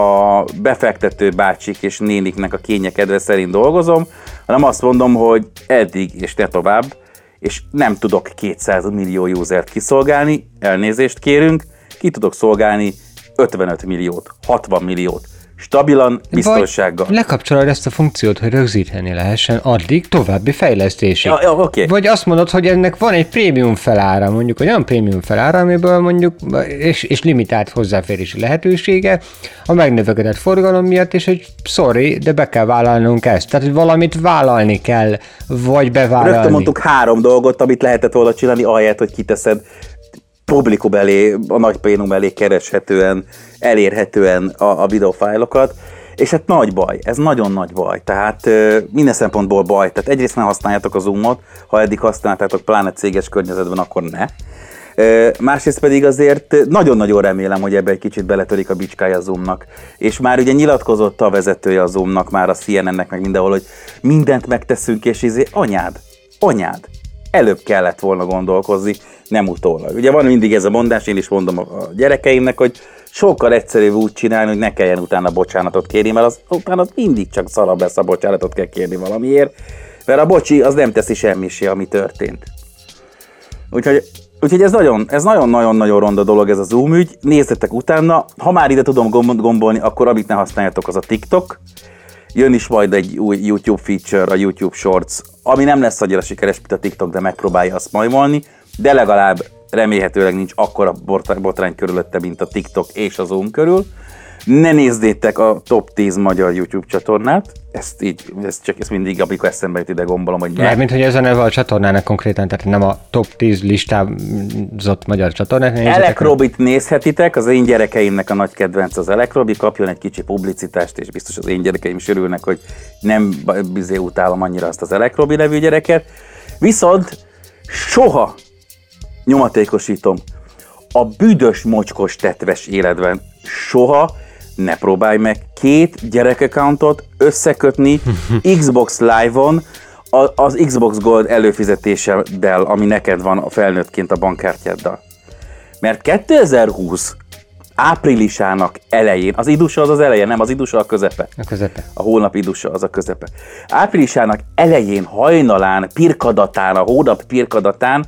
a befektető bácsik és néniknek a kénye kedve szerint dolgozom, hanem azt mondom, hogy eddig és ne tovább, és nem tudok kétszáz millió usert kiszolgálni, elnézést kérünk, ki tudok szolgálni ötvenöt milliót, hatvan milliót. Stabilan, biztonsággal. Vagy lekapcsolod ezt a funkciót, hogy rögzíteni lehessen addig további fejlesztésig. Ja, ja, okay. Vagy azt mondod, hogy ennek van egy prémium felára, mondjuk olyan prémium felára, amiből mondjuk, és, és limitált hozzáférési lehetősége a megnövekedett forgalom miatt, és hogy sorry, de be kell vállalnunk ezt. Tehát, hogy valamit vállalni kell, vagy bevállalni. Rögtön mondtuk három dolgot, amit lehetett volna csinálni, ahelyett, hogy kiteszed publikum elé, a nagy pénum elé kereshetően, elérhetően a, a videófájlokat, és hát nagy baj, ez nagyon nagy baj, tehát ö, minden szempontból baj, tehát egyrészt ne használjátok a Zoomot, ha eddig használtátok, pláne céges környezetben, akkor ne. Ö, másrészt pedig azért nagyon-nagyon remélem, hogy ebbe egy kicsit beletörik a bicskája a Zoomnak, és már ugye nyilatkozott a vezetője a Zoomnak, már a C N N-nek meg mindenhol, hogy mindent megteszünk, és izé, anyád, anyád, előbb kellett volna gondolkozni, nem utólag. Ugye van mindig ez a mondás, én is mondom a gyerekeimnek, hogy sokkal egyszerűbb úgy csinálni, hogy ne kelljen utána bocsánatot kérni, mert az, utána az mindig csak szarabb lesz, a bocsánatot kell kérni valamiért, mert a bocsi az nem teszi semmisé, ami történt. Úgyhogy, úgyhogy ez nagyon, ez nagyon-nagyon-nagyon ronda dolog ez a Zoom ügy, nézzetek utána, ha már ide tudom gombolni, akkor amit ne használjátok, az a TikTok. Jön is majd egy új YouTube feature, a YouTube Shorts, ami nem lesz annyira sikeres, mint a TikTok, de megpróbálja azt majmolni, de legalább remélhetőleg nincs akkora botrány körülötte, mint a TikTok és a Zoom körül. Ne nézzétek a top tíz magyar YouTube csatornát, ezt így, ezt csak ezt mindig, amikor eszembe jut, ide gombolom, hogy ne. Mint hogy ez a neve a csatornának konkrétan, tehát nem a top tíz listázott magyar csatornát. Elektrobit nézhetitek, az én gyerekeimnek a nagy kedvenc az Elektrobi, kapjon egy kicsi publicitást, és biztos az én gyerekeim is örülnek, hogy nem bizé utálom annyira azt az Elektrobi nevű gyereket. Viszont soha nyomatékosítom, a büdös mocskos tetves életben soha ne próbálj meg két gyerekaccountot összekötni Xbox Live-on az Xbox Gold előfizetéseddel, ami neked van a felnőttként a bankkártyáddal. Mert kétezer-húsz áprilisának elején, az idusa az az eleje, nem, az idusa a közepe. A közepe. A hónap idusa az a közepe. Áprilisának elején, hajnalán, pirkadatán, a hónap pirkadatán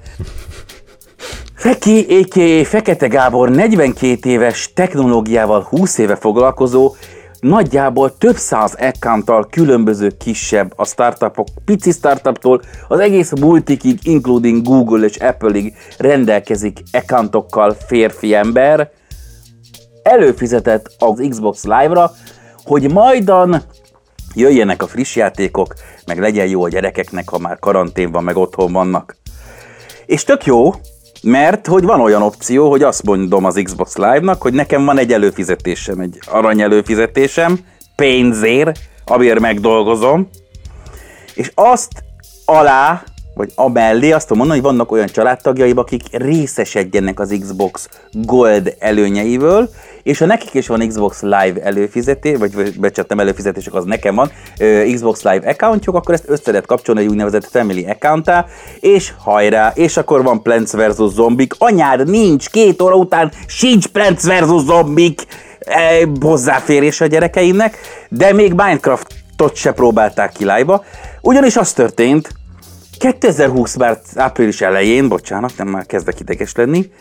Feki, á ká á. Fekete Gábor negyvenkét éves technológiával húsz éve foglalkozó, nagyjából több száz accounttal különböző kisebb a startupok, pici startuptól az egész multikig, including Google és Apple-ig rendelkezik accountokkal férfi ember, előfizetett az Xbox Live-ra, hogy majdan jöjjenek a friss játékok, meg legyen jó a gyerekeknek, ha már karantén van, meg otthon vannak. És tök jó, mert hogy van olyan opció, hogy azt mondom az Xbox Live-nak, hogy nekem van egy előfizetésem, egy arany előfizetésem, pénzért, amiért megdolgozom, és azt alá vagy amellé azt tudom mondani, hogy vannak olyan családtagjaim, akik részesedjenek az Xbox Gold előnyeiből, és ha nekik is van Xbox Live előfizetés, vagy becsattam előfizetések, az nekem van, Xbox Live accountjuk, akkor ezt össze lehet kapcsolni egy úgynevezett Family account-á, és hajrá, és akkor van Plants versus. Zombik, anyád nincs, két óra után sincs Plants versus. Zombik eh, hozzáférés a gyerekeimnek, de még Minecraftot se próbálták ki live-ba, ugyanis az történt, kétezer-húsz április elején, bocsánat, nem már kezdek ideges lenni,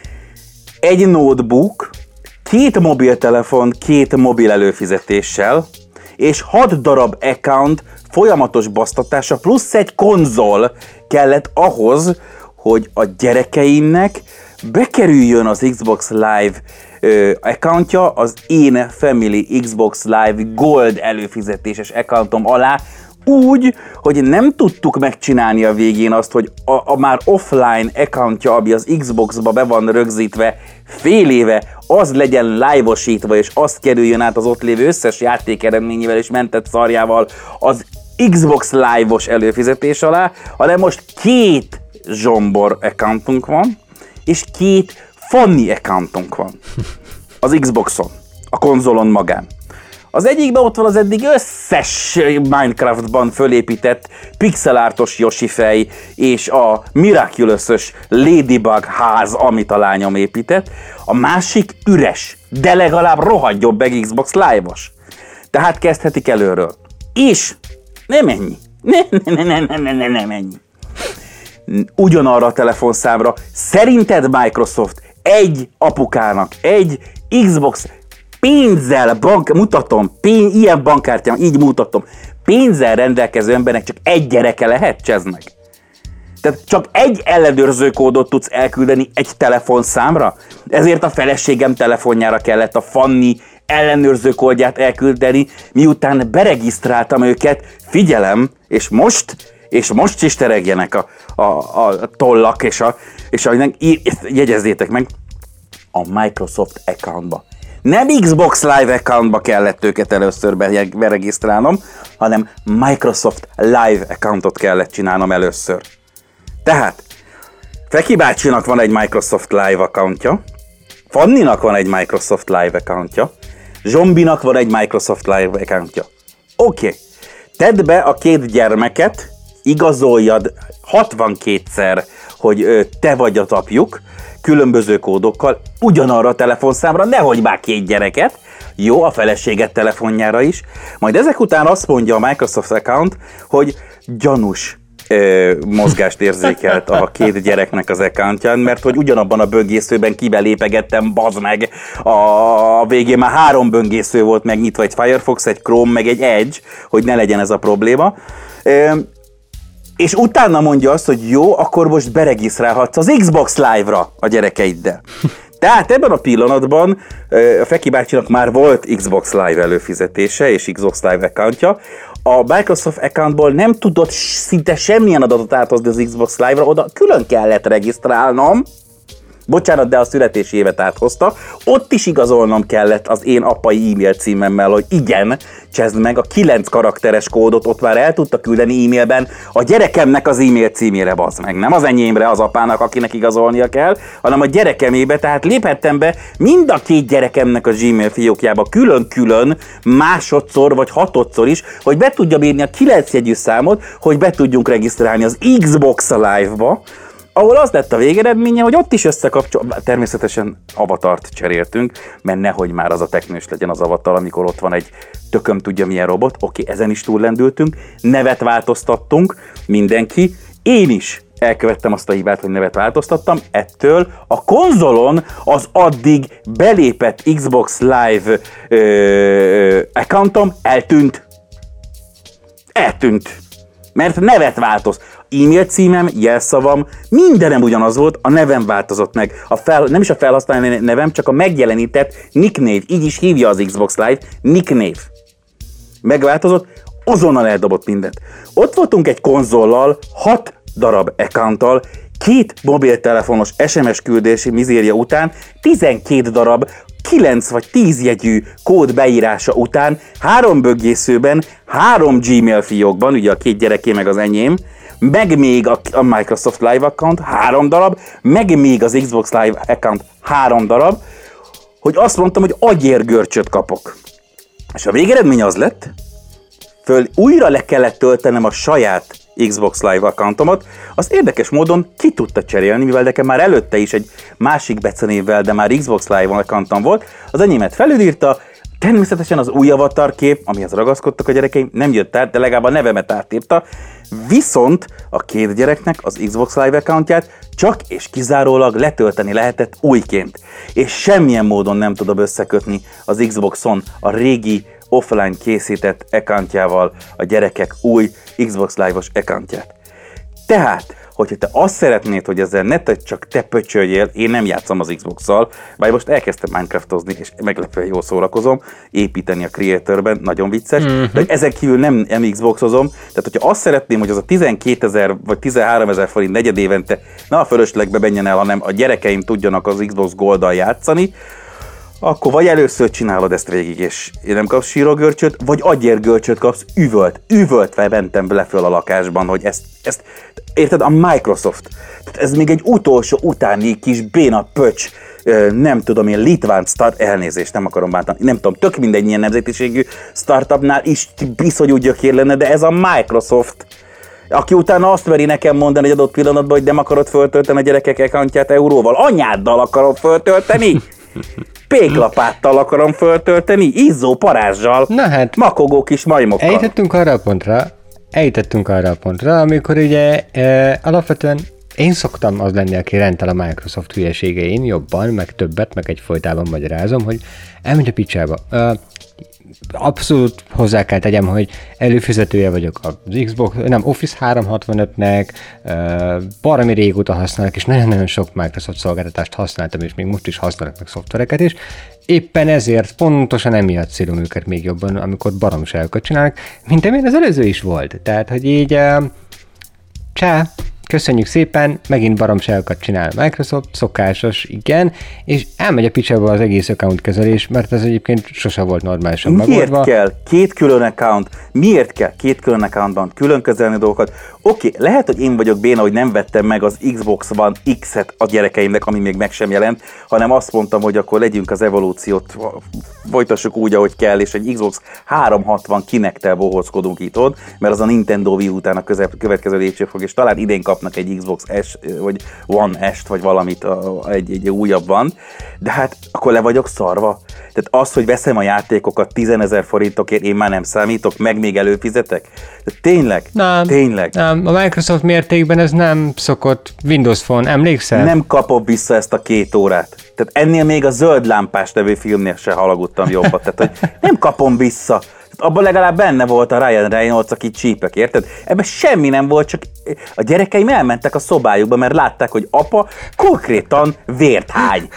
egy notebook, két mobiltelefon, két mobil előfizetéssel, és hat darab account folyamatos basztatása, plusz egy konzol kellett ahhoz, hogy a gyerekeimnek bekerüljön az Xbox Live ö, accountja az én Family Xbox Live Gold előfizetéses accountom alá, úgy, hogy nem tudtuk megcsinálni a végén azt, hogy a, a már offline accountja, ami az Xboxba be van rögzítve fél éve, az legyen live-osítva, és azt kerüljön át az ott lévő összes játék eredményével és mentett szarjával az Xbox Live-os előfizetés alá, hanem most két zsombor accountunk van, és két funny accountunk van az Xboxon, a konzolon magán. Az egyikben ott van az eddig összes Minecraftban fölépített pixelártos Yoshi fej és a Miraculous-ös Ladybug ház, amit a lányom épített. A másik üres, de legalább rohadjobb meg Xbox Live-os. Tehát kezdhetik előről. És nem ennyi. Nem, nem, nem, nem, nem, nem ennyi. Ugyanarra a telefonszámra szerinted Microsoft egy apukának, egy Xbox pénzzel, bank, mutatom, pénz, ilyen bankkártyám, így mutatom, pénzzel rendelkező embernek csak egy gyereke lehet, csezd meg. Tehát csak egy ellenőrző kódot tudsz elküldeni egy telefonszámra, ezért a feleségem telefonjára kellett a Fanni ellenőrző kódját elküldeni, miután beregisztráltam őket, figyelem, és most, és most is teregjenek a, a, a tollak, és, a, és a, jegyezzétek meg, a Microsoft accountba. Nem Xbox Live accountba kellett őket először beregisztrálnom, hanem Microsoft Live accountot kellett csinálnom először. Tehát, Feki bácsinak van egy Microsoft Live accountja, Fanninak van egy Microsoft Live accountja, Zsombinak van egy Microsoft Live accountja. Oké, okay. Tedd be a két gyermeket, igazoljad hatvankétszer, hogy te vagy a apjuk, különböző kódokkal, ugyanarra a telefonszámra, nehogy már két gyereket, jó, a feleséget telefonjára is, majd ezek után azt mondja a Microsoft account, hogy gyanús ö, mozgást érzékelt a két gyereknek az accountján, mert hogy ugyanabban a böngészőben kibelépegettem, bazd meg, a végén már három böngésző volt megnyitva, egy Firefox, egy Chrome, meg egy Edge, hogy ne legyen ez a probléma. Ö, És utána mondja azt, hogy jó, akkor most beregisztrálhatsz az Xbox Live-ra a gyerekeiddel. Tehát ebben a pillanatban a Feki bácsinak már volt Xbox Live előfizetése és Xbox Live accountja. A Microsoft accountból nem tudott szinte semmilyen adatot áthozni az Xbox Live-ra, oda külön kellett regisztrálnom. Bocsánat, de a születési évet áthozta. Ott is igazolnom kellett az én apai e-mail címemmel, hogy igen, csezd meg, a kilenc karakteres kódot ott már el tudta küldeni e-mailben a gyerekemnek az e-mail címére, bazd meg. Nem az enyémre, az apának, akinek igazolnia kell, hanem a gyerekemébe, tehát léphettem be mind a két gyerekemnek a Gmail fiókjába külön-külön, másodszor vagy hatodszor is, hogy be tudjam írni a kilenc jegyű számot, hogy be tudjunk regisztrálni az Xbox Live-ba, ahol az lett a végeredménye, hogy ott is összekapcsol... Természetesen avatart cseréltünk, mert nehogy már az a teknős legyen az avatar, amikor ott van egy tököm tudja milyen robot. Oké, ezen is túllendültünk, nevet változtattunk, mindenki. Én is elkövettem azt a hibát, hogy nevet változtattam. Ettől a konzolon az addig belépett Xbox Live ö, accountom eltűnt. Eltűnt. Mert nevet változ. E-mail címem, jelszavam, mindenem ugyanaz volt, a nevem változott meg. A fel, nem is a felhasználó nevem, csak a megjelenített nicknév. Így is hívja az Xbox Live, nicknév. Megváltozott, azonnal eldobott mindent. Ott voltunk egy konzollal, hat darab accounttal, két mobiltelefonos es em es küldési mizéria után, tizenkét darab, kilenc vagy tíz jegyű kód beírása után, három böngészőben, három Gmail fiókban, ugye a két gyereké meg az enyém, meg még a, a Microsoft Live account három darab, meg még az Xbox Live account három darab, hogy azt mondtam, hogy agyérgörcsöt kapok. És a végeredmény az lett, föl újra le kellett töltenem a saját Xbox Live accountomat, azt érdekes módon ki tudta cserélni, mivel nekem már előtte is egy másik becenévvel, de már Xbox Live accountom volt, az enyémet felülírta, természetesen az új avatar kép, amihez ragaszkodtak a gyerekeim, nem jött át, de legalább a nevemet átírta, viszont a két gyereknek az Xbox Live accountját csak és kizárólag letölteni lehetett újként, és semmilyen módon nem tudom összekötni az Xboxon a régi offline készített accountjával a gyerekek új Xbox Live-os accountját. Tehát, hogyha te azt szeretnéd, hogy ezzel ne te csak te pöcsöljél, én nem játszom az Xbox-szal, bár most elkezdtem Minecraftozni, és meglepően jól szórakozom, építeni a Creatorben, nagyon vicces, mm-hmm. de ezek kívül nem, nem Xboxozom, tehát hogyha azt szeretném, hogy az a tizenkétezer vagy tizenháromezer forint negyed évente ne a fölöslegbe menjen el, hanem a gyerekeim tudjanak az Xbox Gold-dal játszani, akkor vagy először csinálod ezt végig, és nem kapsz sírogörcsöt, vagy agyérgörcsöt kapsz, üvölt, üvöltve mentem le föl a lakásban, hogy ezt, ezt, érted, a Microsoft, tehát ez még egy utolsó utáni kis béna pöcs, nem tudom én, litván start, elnézést, nem akarom bántani, nem tudom, tök mindegy ilyen nemzetiségű startupnál is biszonyú gyökér lenne, de ez a Microsoft, aki utána azt veri nekem mondani egy adott pillanatban, hogy nem akarod föltölteni a gyerekek accountját euróval, anyáddal akarom föltölteni! Péklapáttal akarom föltölteni, izzó parázsal, na hát, makogó kis majmokkal. Eljutettünk arra a pontra, eljutettünk arra a pontra, amikor ugye e, alapvetően én szoktam az lenni, aki rendel a Microsoft hülyeségein jobban, meg többet, meg egyfolytában magyarázom, hogy elmegy a picsába. E, abszolút hozzá kell tegyem, hogy előfizetője vagyok az Xbox, nem, Office háromszázhatvanötnek, uh, baromi régóta használok, és nagyon-nagyon sok Microsoft szolgáltatást használtam, és még most is használok meg szoftvereket is. Éppen ezért pontosan emiatt szélom őket még jobban, amikor baromságokat csinálnak, mint amilyen az előző is volt. Tehát, hogy így uh, csá, köszönjük szépen, megint baromságokat csinál Microsoft, szokásos, igen, és elmegy a picsába az egész account kezelés, mert ez egyébként sose volt normálisan Miért megoldva. Miért kell két külön account? Miért kell két külön accountban külön kezelni dolgokat? Oké, okay, lehet, hogy én vagyok béna, hogy nem vettem meg az Xbox One X-et a gyerekeimnek, ami még meg sem jelent, hanem azt mondtam, hogy akkor legyünk az evolúciót, folytassuk úgy, ahogy kell, és egy Xbox háromszázhatvan Kinect-tel bohóckodunk itthon, mert az a Nintendo Wii után a közep, következő lépcső fog, és talán idén kapnak egy Xbox S, vagy One S-t, vagy valamit, a, egy, egy újabb van, de hát akkor le vagyok szarva. Tehát az, hogy veszem a játékokat tízezer forintokért, én már nem számítok, meg még előfizetek? De tényleg, nem, tényleg. Nem, a Microsoft mértékben ez nem szokott Windows Phone, emlékszel? Nem kapom vissza ezt a két órát. Tehát ennél még a Zöld lámpás nevű filmnél se halagudtam jobbat. Tehát, hogy nem kapom vissza. Abban legalább benne volt a Ryan Reynolds, aki csípek, érted? Ebben semmi nem volt, csak a gyerekeim elmentek a szobájukba, mert látták, hogy apa konkrétan vért hány.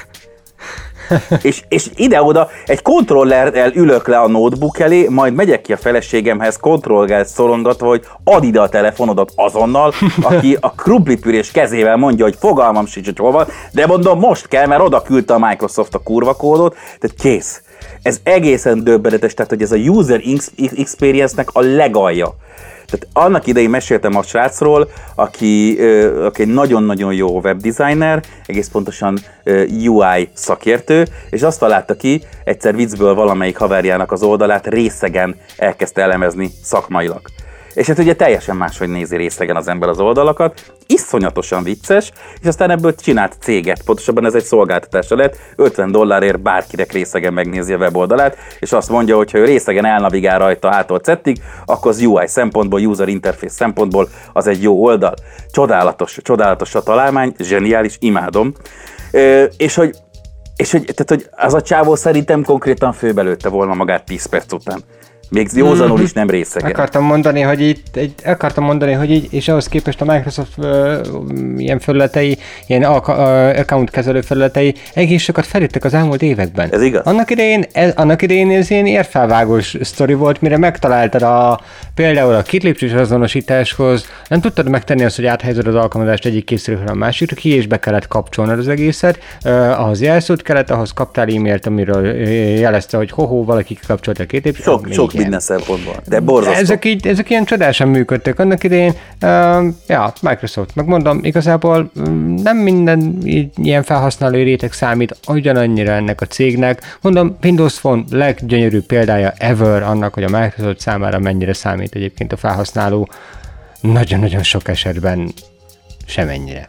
és, és ide-oda egy kontrollerrel ülök le a notebook elé, majd megyek ki a feleségemhez kontrollgát szorongatva, hogy add ide a telefonodat azonnal, aki a krumplipürés kezével mondja, hogy fogalmam sincs, hogy hol van, de mondom, most kell, mert oda küldte a Microsoft a kurva kódot, tehát kész. Ez egészen döbbenetes, tehát hogy ez a user experience-nek a legalja. Tehát annak idején meséltem a srácról, aki, aki egy nagyon-nagyon jó webdesigner, egész pontosan U I szakértő, és azt találta ki, egyszer viccből valamelyik haverjának az oldalát részegen elkezdte elemezni szakmailag. És hát ugye teljesen máshogy nézi részegen az ember az oldalakat, iszonyatosan vicces, és aztán ebből csinált céget, pontosabban ez egy szolgáltatása lett, ötven dollárért bárkinek részegen megnézi a weboldalát, és azt mondja, hogy ha ő részegen elnavigál rajta hától cettig, akkor az U I szempontból, user interface szempontból az egy jó oldal. Csodálatos, csodálatos a találmány, zseniális, imádom. Ö, és hogy, és hogy, tehát, hogy az a csávó szerintem konkrétan főbelőtte volna magát tíz perc után. Még józanul is nem részegen. Akartam mondani, hogy itt, egy, akartam mondani, hogy így, és ahhoz képest a Microsoft uh, ilyen felületei, ilyen uh, account kezelő felületei egész sokat felüttek az elmúlt években. Ez igaz? Annak idején, ez, annak idején ez ilyen érfelvágós sztori volt, mire megtaláltad a, például a kétlépcsős azonosításhoz, nem tudtad megtenni azt, hogy áthelyezed az alkalmazást egyik készülékről a másikra, ki és be kellett kapcsolnod az egészet, uh, ahhoz jelszót kellett, ahhoz kaptál e-mailt, amiről jelezte, hogy hoho, valaki kikapcsolta a kétlépcsőt. Sok, sok minden szempontból. De borzasztó. Ezek, így, ezek ilyen csodásan működtek annak idején. Uh, ja, Microsoft, megmondom, igazából nem minden így, ilyen felhasználói réteg számít ugyanannyira ennek a cégnek. Mondom, Windows Phone leggyönyörűbb példája ever annak, hogy a Microsoft számára mennyire számít egyébként a felhasználó. Nagyon-nagyon sok esetben semennyire.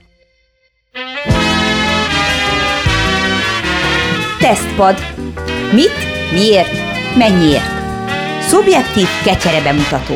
Tesztpad. Mit, miért, mennyiért? Szubjektív kecsere bemutató.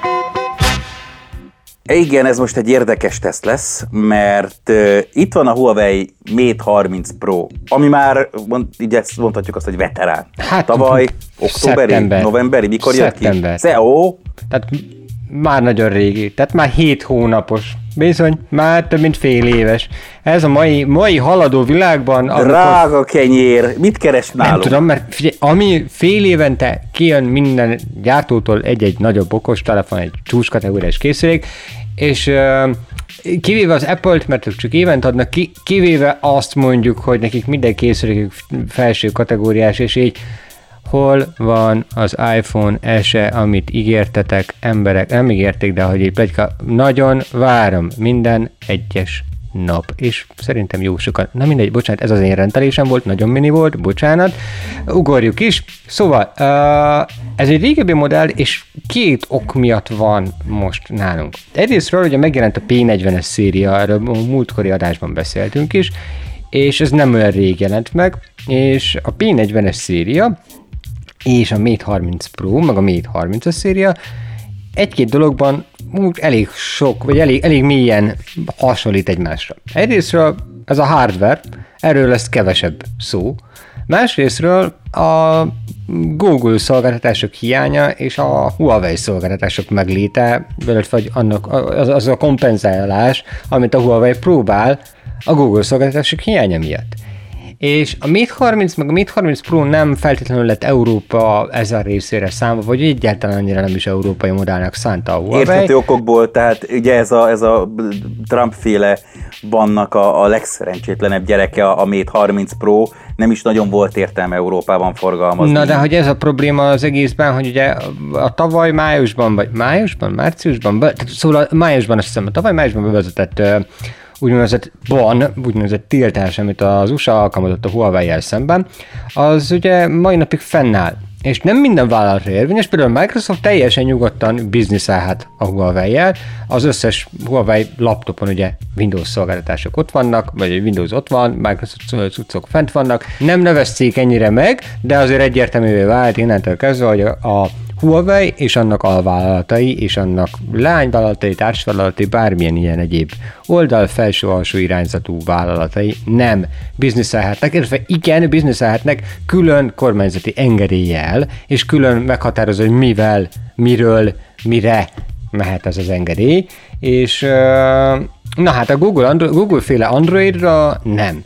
Igen, ez most egy érdekes teszt lesz, mert uh, itt van a Huawei Mate harminc Pro, ami már, mond, így ezt mondhatjuk azt, hogy veterán. Hát, tavaly, októberi, szeptember. novemberi, mikor Szeptember. jött ki? Szeptember. Tehát már nagyon régi, tehát már hét hónapos. Bizony, már több mint fél éves. Ez a mai, mai haladó világban... Drága amikor... kenyér, mit keres nálunk? Nem tudom, mert figyelj, ami fél évente kijön minden gyártótól egy-egy nagyobb okostelefon, egy csúcskategóriás készülék, és uh, kivéve az Apple-t, mert ők csak évent adnak ki, kivéve azt mondjuk, hogy nekik minden készülékük felső kategóriás, és így hol van az iPhone S E, amit ígértetek, emberek? Nem ígérték, de hogy így pletyka, nagyon várom minden egyes nap, és szerintem jó sokan. Na mindegy, bocsánat, ez az én rendelésem volt, nagyon mini volt, bocsánat. Ugorjuk is. Szóval, uh, ez egy régebbi modell, és két ok miatt van most nálunk. Egyrésztről ugye megjelent a P negyvenes széria, erről a múltkori adásban beszéltünk is, és ez nem olyan rég jelent meg, és a P negyvenes széria és a Mate harminc Pro, meg a Mate harmincas széria egy-két dologban úgy elég sok, vagy elég, elég mélyen hasonlít egymásra. Egyrésztről ez a hardware, erről lesz kevesebb szó. Másrésztről a Google szolgáltatások hiánya és a Huawei szolgáltatások megléte, vagy annak az, az a kompenzálás, amit a Huawei próbál a Google szolgáltatások hiánya miatt. És a Mate harminc meg a Mate harminc Pro nem feltétlenül lett Európa ezen részére számba, vagy egyáltalán annyira nem is európai modellnek szánta a Huawei. Érthető okokból, tehát ugye ez a, ez a Trump-féle bannak a, a legszerencsétlenebb gyereke, a Mate harminc Pro, nem is nagyon volt értelme Európában forgalmazni. Na de hogy ez a probléma az egészben, hogy ugye a tavaly májusban, vagy májusban, márciusban, tehát szóval májusban azt hiszem, a tavaly májusban bevezetett úgynevezett ban, úgynevezett tiltás, amit az u es á alkalmazott a Huawei-jel szemben, az ugye mai napig fennáll. És nem minden vállalatra érvényes, például a Microsoft teljesen nyugodtan bizniszelhet a Huawei-jel, az összes Huawei laptopon ugye Windows szolgáltatások ott vannak, vagy Windows ott van, Microsoft cuccok fent vannak, nem nevezték ennyire meg, de azért egyértelművé vált innentől kezdve, hogy a Huawei és annak alvállalatai és annak lányvállalatai, társvállalatai, bármilyen ilyen egyéb oldal felső-alsó irányzatú vállalatai nem bizniszelhetnek, illetve igen, bizniszelhetnek külön kormányzati engedéllyel, és külön meghatározó, hogy mivel, miről, mire mehet ez az engedély, és na hát a Google, Andro- Google féle Androidra nem.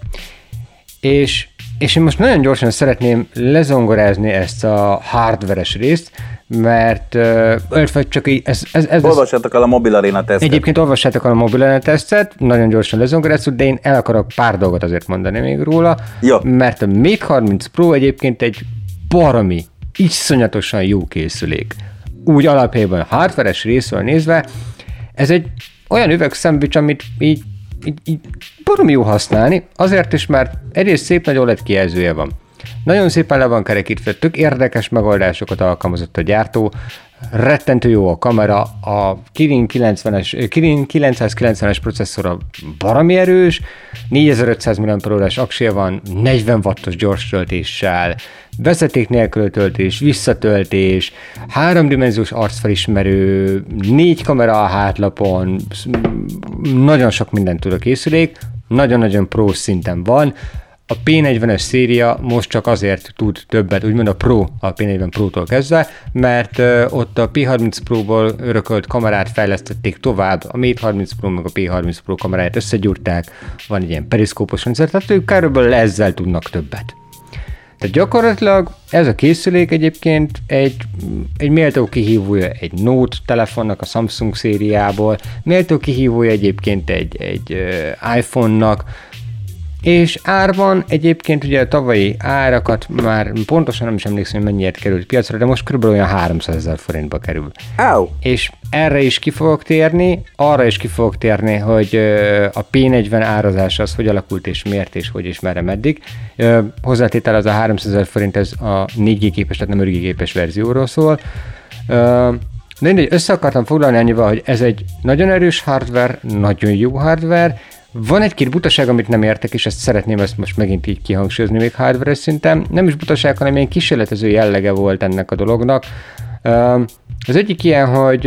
És És én most nagyon gyorsan szeretném lezongorázni ezt a hardveres részt, mert uh, csak így... Ez, ez, ez, olvassátok el a Mobil Arena tesztet. Egyébként olvassátok el a Mobil Arena tesztet, nagyon gyorsan lezongorázzuk, de én el akarok pár dolgot azért mondani még róla, jó. Mert a Mate harminc Pro egyébként egy baromi, iszonyatosan jó készülék. Úgy alapjában a hardveres részről nézve, ez egy olyan üvegszendvics, amit így Így, így baromi jó használni, azért is, mert egyrészt szép nagy o el e dé kijelzője van. Nagyon szépen le van kerekítve, tök érdekes megoldásokat alkalmazott a gyártó, rettentő jó a kamera, a Kirin, kilencvenes, Kirin kilencszázkilencvenes processzora baromi erős, négyezer-ötszáz milliampere-órás aksia van, negyven wattos gyors töltéssel, vezeték nélkül töltés, visszatöltés, háromdimenziós arcfelismerő, négy kamera a hátlapon, nagyon sok mindent tud a készülék, nagyon-nagyon pro szinten van. A P negyvenes széria most csak azért tud többet, úgymond a Pro, a P negyven Pro-tól kezdve, mert uh, ott a P harminc Pro-ból örökölt kamerát fejlesztették tovább, a Mate harminc Pro meg a P harminc Pro kameráját összegyúrták, van egy ilyen periszkópos rendszer, tehát ők körülbelül ezzel tudnak többet. Tehát gyakorlatilag ez a készülék egyébként egy, egy méltó kihívója egy Note telefonnak a Samsung szériából, méltó kihívója egyébként egy, egy uh, iPhone-nak, És árban egyébként ugye a tavalyi árakat már pontosan nem is emlékszem, hogy mennyiért került piacra, de most kb. Olyan háromszázezer forintba kerül. Áú! És erre is ki fogok térni, arra is ki fogok térni, hogy a P negyven árazása az hogy alakult, és miért, és hogy, és merre, meddig. Hozzátétel az a háromszázezer forint, ez a négy G képes, tehát nem öt G képes verzióról szól. De mindegy, össze akartam foglalni annyival, hogy ez egy nagyon erős hardware, nagyon jó hardware. Van egy-két butaság, amit nem értek, és ezt szeretném ezt most megint így kihangsúlyozni még hardware szinten. Nem is butaság, hanem egy kísérletező jellege volt ennek a dolognak. Az egyik ilyen, hogy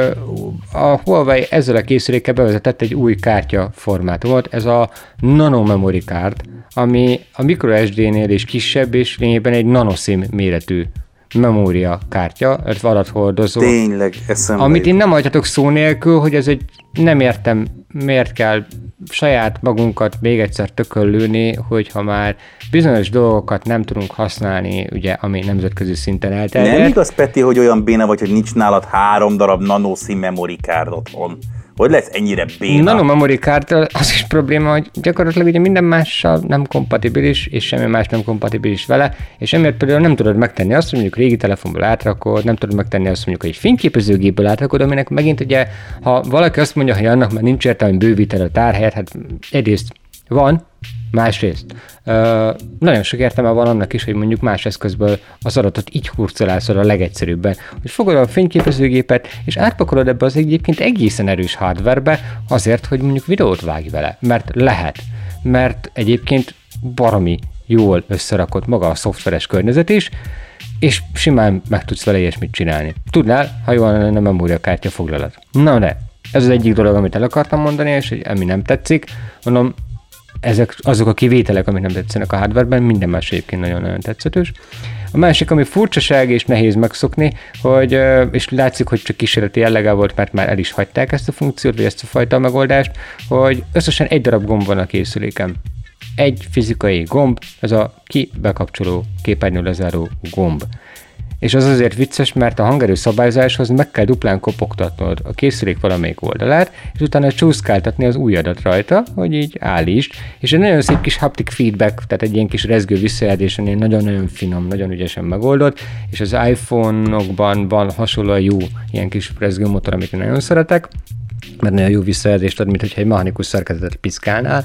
a Huawei ezzel a készülékkel bevezetett egy új kártya formátumot, ez a Nano Memory Card, ami a microSD-nél is kisebb, és lényegében egy nanoszim méretű memória kártya, ez adathordozó. Tényleg, eszembe Amit jut. én nem hagyhatok szó nélkül, hogy ez egy, nem értem, miért kell saját magunkat még egyszer tököllőni, hogyha már bizonyos dolgokat nem tudunk használni, ugye, ami nemzetközi szinten elterjedt. Nem igaz, Peti, hogy olyan béna vagy, hogy nincs nálad három darab nanoszim memory card otthon? Hogy lesz ennyire béna? Nano memory card, az is probléma, hogy gyakorlatilag ugye minden mással nem kompatibilis, és semmi más nem kompatibilis vele, és emiatt például nem tudod megtenni azt, hogy mondjuk régi telefonból átrakod, nem tudod megtenni azt, mondjuk, hogy egy fényképezőgépből átrakod, aminek megint ugye, ha valaki azt mondja, hogy annak már nincs értelme bővíted a tárhelyet, hát egyrészt van, másrészt uh, nagyon sok értelme van annak is, hogy mondjuk más eszközből az adatot így hurcolálszod a legegyszerűbben, hogy fogod a fényképezőgépet, és átpakolod ebbe az egyébként egészen erős hardwarebe azért, hogy mondjuk videót vágj vele, mert lehet, mert egyébként baromi jól összerakott maga a szoftveres környezet is, és simán meg tudsz vele ilyesmit csinálni. Tudnál, ha jól lenne memóriakártya foglalat. Na de, ez az egyik dolog, amit el akartam mondani, és ami nem tetszik, mondom, ezek azok a kivételek, amik nem tetszenek a hardwareben, minden más egyébként nagyon-nagyon tetszetős. A másik, ami furcsaság és nehéz megszokni, hogy, és látszik, hogy csak kísérleti jellegű volt, mert már el is hagyták ezt a funkciót, vagy ezt a fajta megoldást, hogy összesen egy darab gomb van a készüléken. Egy fizikai gomb, ez a ki bekapcsoló képernyő lezáró gomb. És az azért vicces, mert a hangerő szabályzáshoz meg kell duplán kopogtatnod a készülék valamelyik oldalát, és utána csúszkáltatni az ujjadat rajta, hogy így állítsd. És egy nagyon szép kis haptic feedback, tehát egy ilyen kis rezgő visszajelzésen nagyon-nagyon finom, nagyon ügyesen megoldott, és az iPhone-okban van hasonlóan jó ilyen kis rezgőmotor, amit én nagyon szeretek, mert nagyon jó visszajelzést ad, mint hogyha egy mechanikus szerkezetet piszkálnál.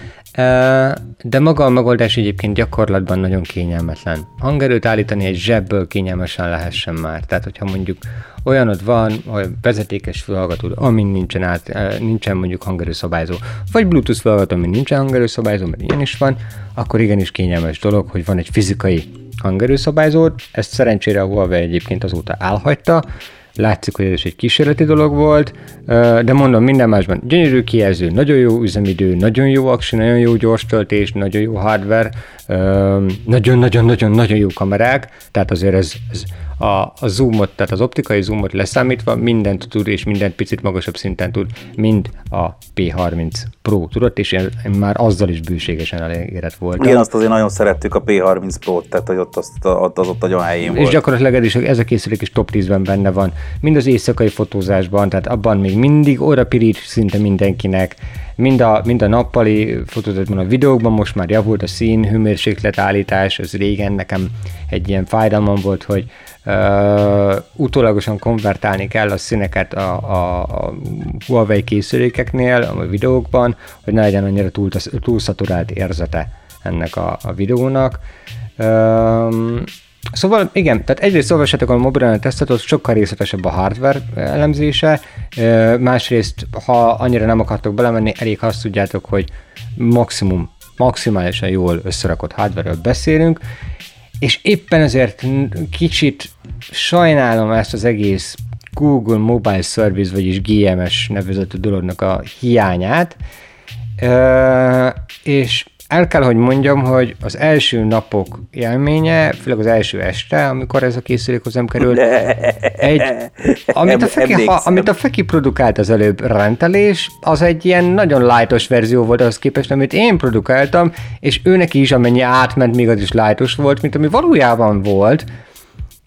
De maga a megoldás egyébként gyakorlatban nagyon kényelmetlen. Hangerőt állítani egy zsebből kényelmesen lehessen már. Tehát, hogyha mondjuk olyanod van, hogy vezetékes fülhallgatód, amin nincsen, át, nincsen mondjuk hangerőszabályzó, vagy Bluetooth fülhallgató, amin nincsen hangerőszabályzó, mert ilyen is van, akkor igenis kényelmes dolog, hogy van egy fizikai hangerőszabályzód. Ezt szerencsére a Huawei egyébként azóta elhagyta. Látszik, hogy ez is egy kísérleti dolog volt, de mondom, minden másban gyönyörű kijelző, nagyon jó üzemidő, nagyon jó aksi, nagyon jó gyors töltés, nagyon jó hardware, nagyon-nagyon-nagyon-nagyon jó kamerák, tehát azért ez, ez a, a zoomot, tehát az optikai zoomot leszámítva mindent tud, és mindent picit magasabb szinten tud, mind a P harminc Pro tudott, és én, én már azzal is bőségesen elégedett voltam. Igen, azt azért nagyon szerettük a P harminc Pro-t, tehát hogy ott, azt, ott az ott nagyon helyén volt. És gyakorlatilag ez, is, ez a készülék is top tízben benne van, mind az éjszakai fotózásban, tehát abban még mindig óra pirít szinte mindenkinek, mind a, mind a nappali fotózásban, a videókban most már javult a szín, hőmérséklet állítás, ez régen nekem egy ilyen fájdalmam volt, hogy uh, utólagosan konvertálni kell a színeket a, a, a Huawei készülékeknél, a videókban, hogy ne legyen annyira túl, túlszaturált érzete ennek a, a videónak. Um, Szóval igen, tehát egyrészt olvassátok a mobilon tesztet, ott sokkal részletesebb a hardware elemzése, másrészt, ha annyira nem akartok belemenni, elég ha azt tudjátok, hogy maximum, maximálisan jól összerakott hardware-ről beszélünk, és éppen ezért kicsit sajnálom ezt az egész Google Mobile Service, vagyis G M S nevezetű dolognak a hiányát, és el kell, hogy mondjam, hogy az első napok élménye, főleg az első este, amikor ez a készülék hozzám került, egy, amit, a Feki, ha, amit a Feki produkált az előbb rendelés, az egy ilyen nagyon lightos verzió volt ahhoz képest, amit én produkáltam, és őnek is amennyi átment, még az is lightos volt, mint ami valójában volt,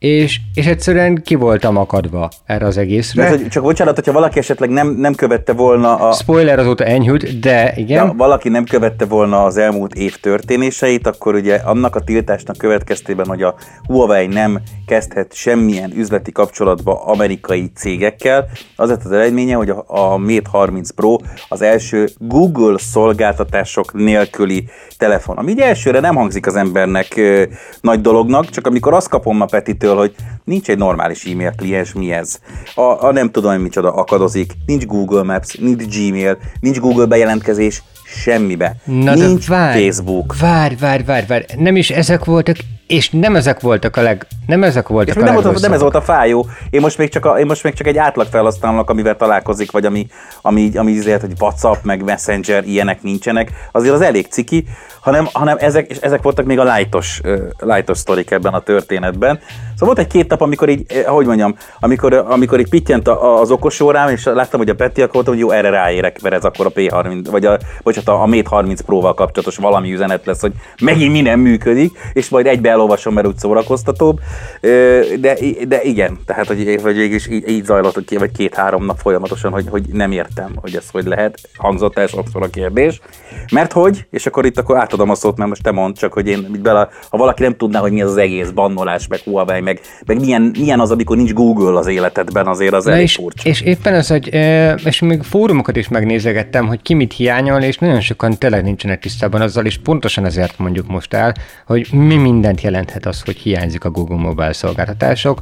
és, és egyszerűen ki voltam akadva erre az egészre. De, hogy csak bocsánat, hogyha valaki esetleg nem, nem követte volna a... Spoiler, azóta enyhült, de igen. De valaki nem követte volna az elmúlt év történéseit, akkor ugye annak a tiltásnak következtében, hogy a Huawei nem kezdhet semmilyen üzleti kapcsolatba amerikai cégekkel, az lett az eredménye, hogy a, a Mate harminc Pro az első Google szolgáltatások nélküli telefon. Ami ugye elsőre nem hangzik az embernek ö, nagy dolognak, csak amikor azt kapom a Petitől, hogy nincs egy normális e-mail kliens, mi ez? A, a nem tudom, micsoda akadozik, nincs Google Maps, nincs Gmail, nincs Google bejelentkezés, semmibe. Na nincs várj, Facebook. Várj, várj, várj, várj, nem is ezek voltak, és nem ezek voltak a leg... Nem ezek voltak és a nem, legrosszabbak. nem ez volt a fájó. Én most még csak, a, én most még csak egy átlag felhasználónak, amivel találkozik, vagy ami, ami, ami azért, hogy WhatsApp, meg Messenger, ilyenek nincsenek, azért az elég ciki, hanem, hanem ezek, és ezek voltak még a lightos, uh, lightos sztorik ebben a történetben. Szóval volt egy két nap, amikor így, eh, ahogy mondjam, amikor, amikor így pittyent az okos órám, és láttam, hogy a Peti, akkor voltam, hogy jó, erre ráérek, mert ez akkor a P harminc, vagy a, bocsánat, a Mate harminc Pro-val kapcsolatos valami üzenet lesz, hogy megint mi nem működik, és majd egybe elolvasom, mert úgy szórakoztatóbb. De, de igen, tehát, hogy, hogy végig így, így zajlott, vagy két-három nap folyamatosan, hogy, hogy nem értem, hogy ez hogy lehet. Hangzott el sokszor a kérdés. Mert hogy, és akkor itt akkor átadom a szót, mert most te mondd csak, hogy én, bele, ha valaki nem tudná, hogy mi az az egész bannolás, meg Huawei, meg, meg milyen, milyen az, amikor nincs Google az életedben, azért az elég és, furcsa. és éppen az, hogy, és még fórumokat is megnézegettem, hogy ki mit hiányol, és nagyon sokan tényleg nincsenek tisztában azzal, és pontosan ezért mondjuk most el, hogy mi mindent jelenthet az, hogy hiányzik a Google Mobile szolgáltatások,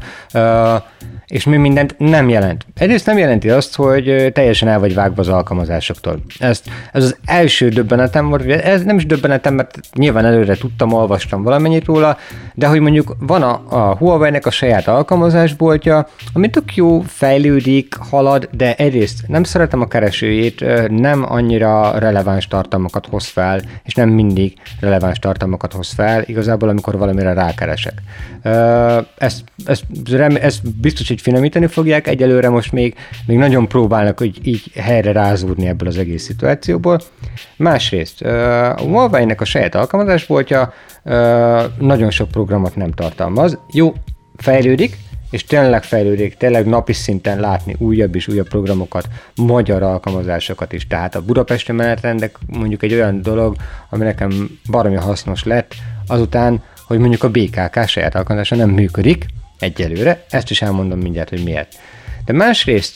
és mi mindent nem jelent. Egyrészt nem jelenti azt, hogy teljesen el vagy vágva az alkalmazásoktól. Ezt, ez az első döbbenetem volt, ez nem is döbbenetem, mert nyilván előre tudtam, olvastam valamennyit róla, de hogy mondjuk van a, a Huawei-nek a saját alkalmazásboltja, ami tök jó, fejlődik, halad, de egyrészt nem szeretem a keresőjét, nem annyira releváns tartalmakat hoz fel, és nem mindig releváns tartalmakat hoz fel, igazából amikor valamire rákeresek. Ezt, ezt, ezt biztos, hogy finomítani fogják, egyelőre most még, még nagyon próbálnak hogy így helyre rázúrni ebből az egész szituációból. Másrészt, a Huawei-nek a saját alkalmazásboltja nagyon sok programot nem tartalmaz. Jó, fejlődik, és tényleg fejlődik, tényleg napi szinten látni újabb és újabb programokat, magyar alkalmazásokat is. Tehát a budapesti menetrendek mondjuk egy olyan dolog, ami nekem baromi hasznos lett, azután, hogy mondjuk a bé ká ká saját alkalmazása nem működik egyelőre, ezt is elmondom mindjárt, hogy miért. De másrészt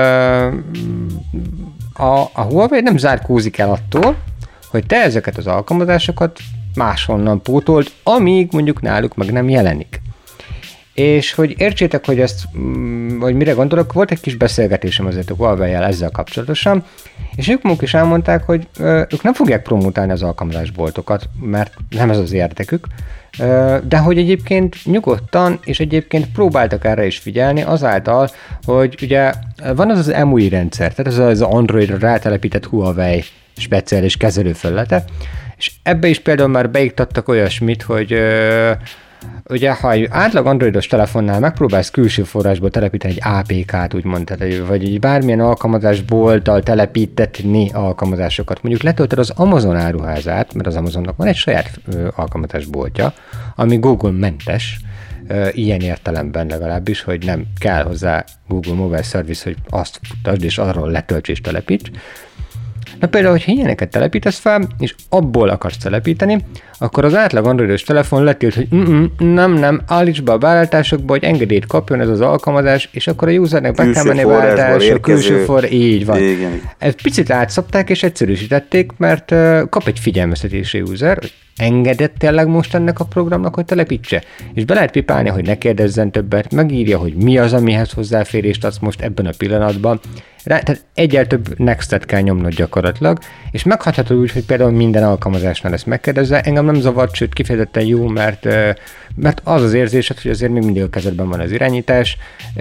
a, a Huawei nem zárkózik el attól, hogy te ezeket az alkalmazásokat máshonnan pótolt, amíg mondjuk náluk meg nem jelenik. És hogy értsétek, hogy ezt, vagy mire gondolok, volt egy kis beszélgetésem azért a Huawei-jel ezzel kapcsolatosan, és ők maguk is elmondták, hogy ö, ők nem fogják promotálni az alkalmazásboltokat, mert nem ez az érdekük, ö, de hogy egyébként nyugodtan, és egyébként próbáltak erre is figyelni azáltal, hogy ugye van az az em u i rendszer, tehát az az Androidra rátelepített Huawei speciális kezelőfelülete, és ebbe is például már beiktattak olyasmit, hogy ö, ugye, ha egy átlag androidos telefonnál megpróbálsz külső forrásból telepíteni egy á pé ká-t, úgymond, tehát, vagy egy bármilyen alkalmazásbolttal telepítetni alkalmazásokat, mondjuk letöltöd az Amazon áruházát, mert az Amazonnak van egy saját ö, alkalmazásboltja, ami Google mentes, ö, ilyen értelemben legalábbis, hogy nem kell hozzá Google Mobile Service, hogy azt futtasd, és arról letölts és telepíts. Na például, hogyha ilyeneket telepítesz fel, és abból akarsz telepíteni, akkor az átlag androidos telefon letilt, hogy nem, nem, állíts be a beállításokba, hogy engedélyt kapjon ez az alkalmazás, és akkor a usernek be kell menni beállításra, külső for, így van. Igen. Ezt picit átszabták és egyszerűsítették, mert uh, kap egy figyelmeztetési user, hogy engedett tényleg most ennek a programnak, hogy telepítse. És be lehet pipálni, hogy ne kérdezzen többet, megírja, hogy mi az, amihez hozzáférést adsz most ebben a pillanatban. Rá, tehát egyel több nextet kell nyomnod gyakorlatilag, és meghathatod úgy, hogy például minden alkalmazásnál ezt megkérdezze. Engem nem zavart, sőt kifejezetten jó, mert, mert az az érzésed, hogy azért még mindig a kezedben van az irányítás,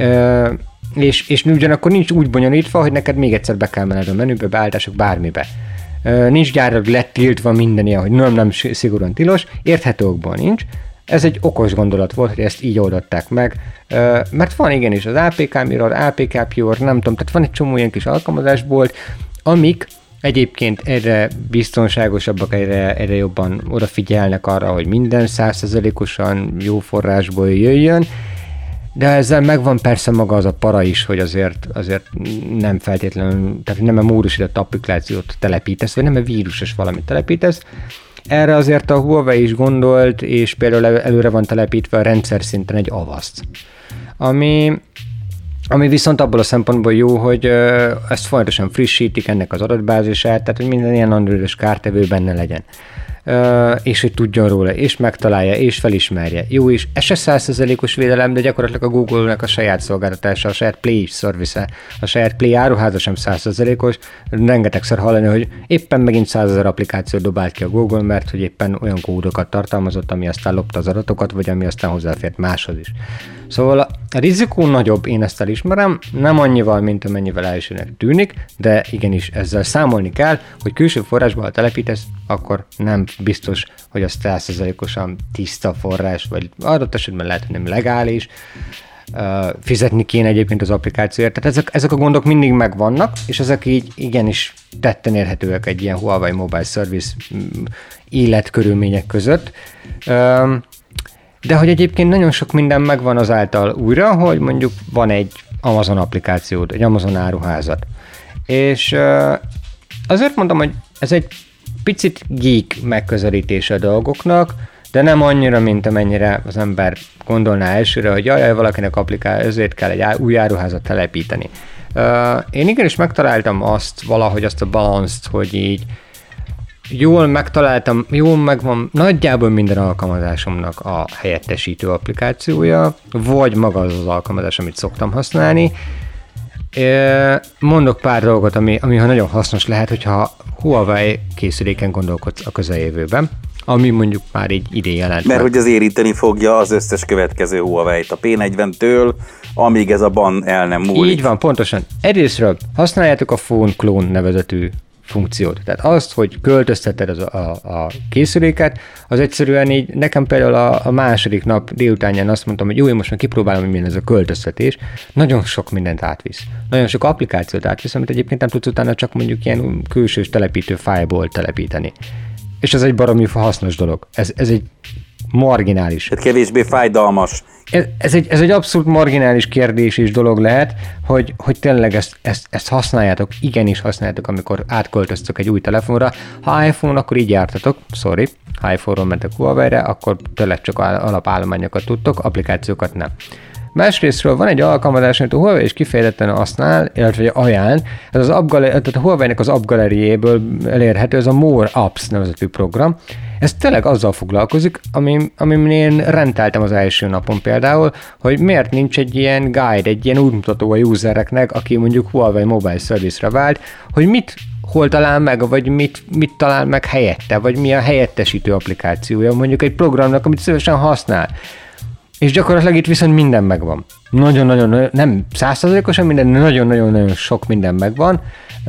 és, és ugyanakkor nincs úgy bonyolítva, hogy neked még egyszer be kell menned a menübe, beállítások bármibe. Nincs gyárilag letiltva minden ilyen, hogy nem, nem szigorúan tilos, érthető okból nincs. Ez egy okos gondolat volt, hogy ezt így oldották meg, mert van igenis az á pé ká Mirror, á pé ká Pure, nem tudom, tehát van egy csomó ilyen kis alkalmazásbolt, amik egyébként erre biztonságosabbak, erre, erre jobban odafigyelnek arra, hogy minden száz százalékosan jó forrásból jöjjön, De ezzel megvan persze maga az a para is, hogy azért, azért nem feltétlenül, tehát nem a módosított applikációt telepítesz, vagy nem a vírusos valamit telepítesz. Erre azért a Huawei is gondolt, és például előre van telepítve a rendszer szinten egy avaszt. Ami, ami viszont abból a szempontból jó, hogy ezt folyamatosan frissítik ennek az adatbázisát, tehát hogy minden ilyen androidos kártevő benne legyen. Uh, és hogy tudjon róla, és megtalálja, és felismerje. Jó is, ez se száz százalékos védelem, de gyakorlatilag a Google-nek a saját szolgáltatása, a saját Play service, a saját Play áruháza sem száz százalékos. Rengetegszer hallani, hogy éppen megint százezer applikációt dobált ki a Google, mert hogy éppen olyan kódokat tartalmazott, ami aztán lopta az adatokat, vagy ami aztán hozzáfért máshoz is. Szóval a rizikó nagyobb, én ezt elismerem, nem annyival, mint amennyivel elsőnek tűnik, de igenis ezzel számolni kell, hogy külső forrásból ha telepítesz, akkor nem biztos, hogy az száz százalékosan tiszta forrás, vagy adott esetben lehet, hogy nem legális, fizetni kéne egyébként az applikációért. Tehát ezek, ezek a gondok mindig megvannak, és ezek így igenis tetten érhetőek egy ilyen Huawei Mobile Service életkörülmények között. De hogy egyébként nagyon sok minden megvan azáltal újra, hogy mondjuk van egy Amazon applikációd, egy Amazon áruházat. És azért mondom, hogy ez egy picit geek megközelítése a dolgoknak, de nem annyira, mint amennyire az ember gondolná elsőre, hogy jaj, valakinek applikál, ezért kell egy új áruházat telepíteni. Én igenis megtaláltam azt, valahogy azt a balanszt, hogy így jól megtaláltam, jól megvan nagyjából minden alkalmazásomnak a helyettesítő applikációja, vagy maga az az alkalmazás, amit szoktam használni. Mondok pár dolgot, ami, ami nagyon hasznos lehet, hogyha Huawei készüléken gondolkodsz a közeljövőben, ami mondjuk már így idén jelent. Mert hogy az érinteni fogja az összes következő Huawei-t a P negyventől, amíg ez a ban el nem múlik. Így van, pontosan. Egyrésztről használjátok a Phone Clone nevezetű funkciót. Tehát azt, hogy költözteted az a, a készüléket, az egyszerűen így, nekem például a, a második nap délutánján azt mondtam, hogy jó, én most már kipróbálom, hogy milyen ez a költöztetés. Nagyon sok mindent átvisz. Nagyon sok applikációt átvisz, amit egyébként nem tudsz utána csak mondjuk ilyen külsős telepítő fájlból telepíteni. És ez egy baromi hasznos dolog. Ez, ez egy marginális. Tehát kevésbé fájdalmas. Ez, ez, egy, ez egy abszolút marginális kérdés és dolog lehet, hogy, hogy tényleg ezt, ezt, ezt használjátok, igenis használjátok, amikor átköltöztök egy új telefonra. Ha iPhone, akkor így jártatok, sorry, ha iPhone-ról mentek Huawei-re, akkor tényleg csak alapállományokat tudtok, applikációkat nem. Másrésztről van egy alkalmazás, amit a Huawei is kifejezetten használ, illetve ajánl, ez az app galer- tehát a Huawei-nek az app galeriéből elérhető, ez a More Apps nevezetű program. Ez tényleg azzal foglalkozik, ami, amin én rendeltem az első napon például, hogy miért nincs egy ilyen guide, egy ilyen útmutató a usereknek, aki mondjuk Huawei Mobile Service-re vált, hogy mit hol talál meg, vagy mit, mit talál meg helyette, vagy mi a helyettesítő applikációja mondjuk egy programnak, amit szívesen használ. És gyakorlatilag itt viszont minden megvan. Nagyon-nagyon, nem száz százalékosan minden, de nagyon-nagyon sok minden megvan.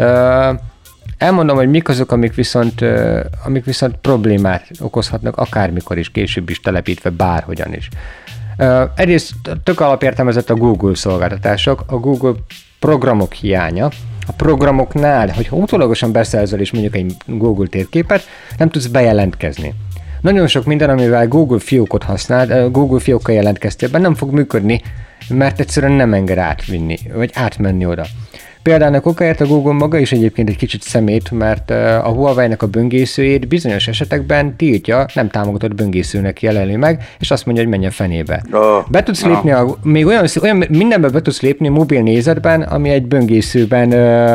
Elmondom, hogy mik azok, amik viszont, amik viszont problémát okozhatnak akármikor is, később is telepítve, bárhogyan is. Egyrészt tök alapértelmezett a Google szolgáltatások, a Google programok hiánya. A programoknál, hogyha utólagosan beszerzel és mondjuk egy Google térképet, nem tudsz bejelentkezni. Nagyon sok minden, amivel Google fiókot használ, Google fiókkal jelentkeztél be, nem fog működni, mert egyszerűen nem enged átvinni, vagy átmenni oda. Például okáért a Google maga is egyébként egy kicsit szemét, mert a Huawei-nek a böngészőjét bizonyos esetekben tiltja, nem támogatott böngészőnek jelöli meg, és azt mondja, hogy menj a fenébe. Oh, be tudsz oh. lépni, a, még olyan, olyan mindenben be tudsz lépni mobil nézetben, ami egy böngészőben,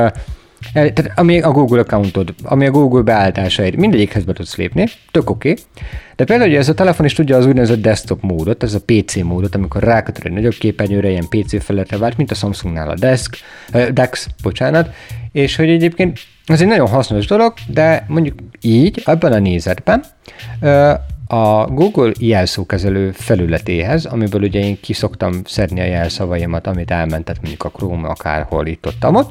tehát ami a Google accountod, ami a Google beállításaid, mindegyikhez be tudsz lépni, tök oké. Okay. De például hogy ez a telefon is tudja az úgynevezett desktop módot, ez a pé cé módot, amikor rákötöd egy nagyobb képernyőre, ilyen pé cé felületre vált, mint a Samsungnál a Desk, uh, Dex, bocsánat, és hogy egyébként ez egy nagyon hasznos dolog, de mondjuk így, ebben a nézetben uh, a Google jelszókezelő felületéhez, amiből ugye én ki szoktam szedni a jelszavaimat, amit elmentett mondjuk a Chrome akárhol itt ott, ott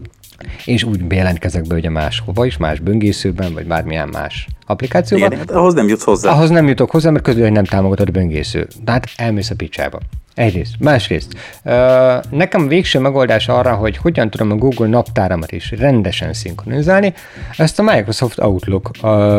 és úgy bejelentkezek be ugye máshova is, más böngészőben, vagy bármilyen más applikációban. Igen, hát ahhoz nem jutsz hozzá. Ahhoz nem jutok hozzá, mert közül, hogy nem támogatod a böngésző. De hát elmész a picsába. Egyrészt. Másrészt. Nekem a végső megoldás arra, hogy hogyan tudom a Google naptáramat is rendesen szinkronizálni, ezt a Microsoft Outlook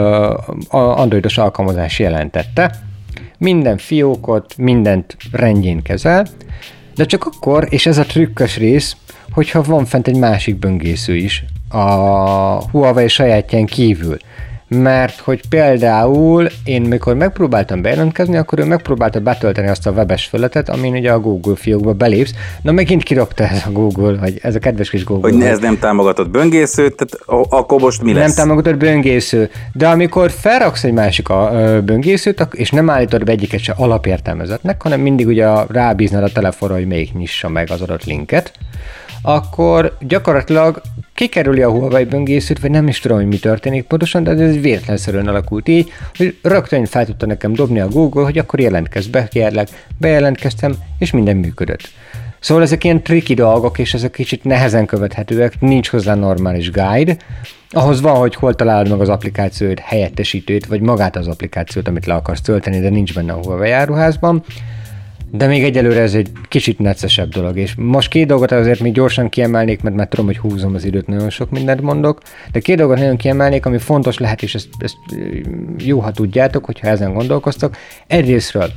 a androidos alkalmazás jelentette. Minden fiókot, mindent rendjén kezel, De csak akkor, és ez a trükkös rész, hogyha van fent egy másik böngésző is a Huawei sajátján kívül. Mert hogy például én mikor megpróbáltam bejelentkezni, akkor ő megpróbálta betölteni azt a webes felületet, amin ugye a Google fiókba belépsz. Na megint kirogta ez a Google, vagy ez a kedves kis Google. Hogy ez nem támogatott böngésző, tehát akkor most mi lesz? Nem támogatott böngésző. De amikor felraksz egy másik a böngészőt, és nem állítod be egyiket se alapértelmezetnek, hanem mindig ugye rábíznod a telefonra, hogy melyik nyissa meg az adott linket, akkor gyakorlatilag kikerüli a Huawei böngészőt, vagy nem is tudom, hogy mi történik pontosan, de ez véletlenszerűen alakult így, hogy rögtön fel tudta nekem dobni a Google, hogy akkor jelentkezz be, kérlek, bejelentkeztem, és minden működött. Szóval ezek ilyen tricky dolgok, és ezek kicsit nehezen követhetőek, nincs hozzá normális guide. Ahhoz van, hogy hol találod meg az applikációt, helyettesítőt, vagy magát az applikációt, amit le akarsz tölteni, de nincs benne a Huawei áruházban. De még egyelőre ez egy kicsit neccesebb dolog, és most két dolgot azért még gyorsan kiemelnék, mert már tudom, hogy húzom az időt, nagyon sok mindent mondok, de két dolgot nagyon kiemelnék, ami fontos lehet, és ezt, ezt jó, ha tudjátok, hogyha ezen gondolkoztok. Egyrésztről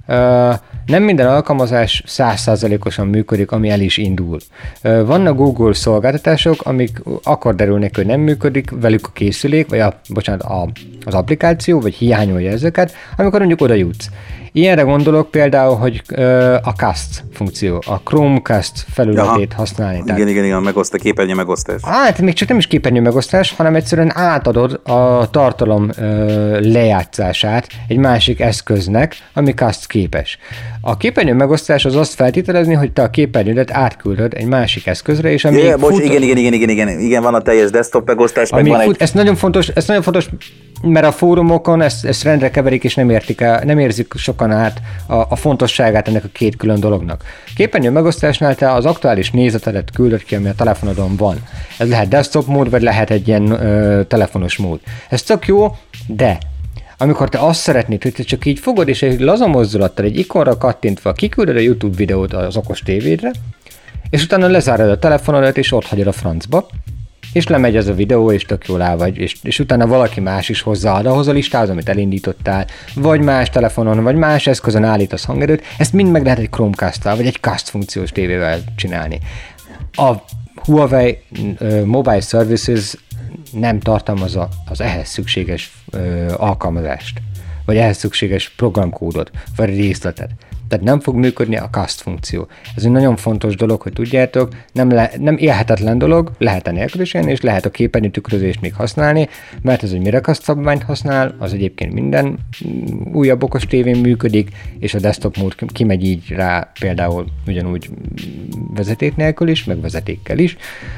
nem minden alkalmazás száz százalékosan működik, ami el is indul. Vannak Google szolgáltatások, amik akkor derülnek, hogy nem működik velük a készülék, vagy a, bocsánat, a, az applikáció, vagy hiányolja ezeket, amikor mondjuk oda jutsz. Ilyenre gondolok például, hogy ö, a Cast funkció, a Chromecast felületét Aha. használni. Igen, tehát, igen, igen, megosztja, képernyő megosztás. Hát még csak nem is képernyő megosztás, hanem egyszerűen átadod a tartalom ö, lejátszását egy másik eszköznek, ami Cast képes. A képernyő megosztás az azt feltételezni, hogy te a képernyődet átküldöd egy másik eszközre, és ami ja, bocs, igen, igen, igen, igen, igen, igen, van a teljes desktop megosztás, meg van fut, egy... Ez nagyon fontos, ez nagyon fontos, mert a fórumokon ezt, ezt rendre keverik, és nem, értik el, nem érzik sokan át a, a fontosságát ennek a két külön dolognak. Képernyő megosztásnál te az aktuális nézetedet küldöd ki, ami a telefonodon van. Ez lehet desktop mód, vagy lehet egy ilyen ö, telefonos mód. Ez tök jó, de amikor te azt szeretnéd, hogy te csak így fogod, és egy laza mozdulattal, egy ikonra kattintva kiküldöd a YouTube videót az okos tévédre, és utána lezárod a telefonodat, és ott hagyod a francba, és lemegy ez a videó, és tök jól áll vagy, és, és utána valaki más is hozzáad ahhoz a listához, amit elindítottál, vagy más telefonon, vagy más eszközön állítasz hangerőt, ezt mind meg lehet egy Chromecast-tal, vagy egy Cast funkciós tévével csinálni. A Huawei uh, Mobile Services nem tartalmazza az ehhez szükséges uh, alkalmazást, vagy ehhez szükséges programkódot, vagy részletet. Tehát nem fog működni a Cast funkció. Ez egy nagyon fontos dolog, hogy tudjátok, nem, le, nem élhetetlen dolog, lehet enélkül is és lehet a képernyő tükrözést még használni, mert ez egy Miracast szabványt használ, az egyébként minden újabb okos tévén működik, és a desktop mód kimegy így rá például ugyanúgy vezeték nélkül is, meg vezetékkel is,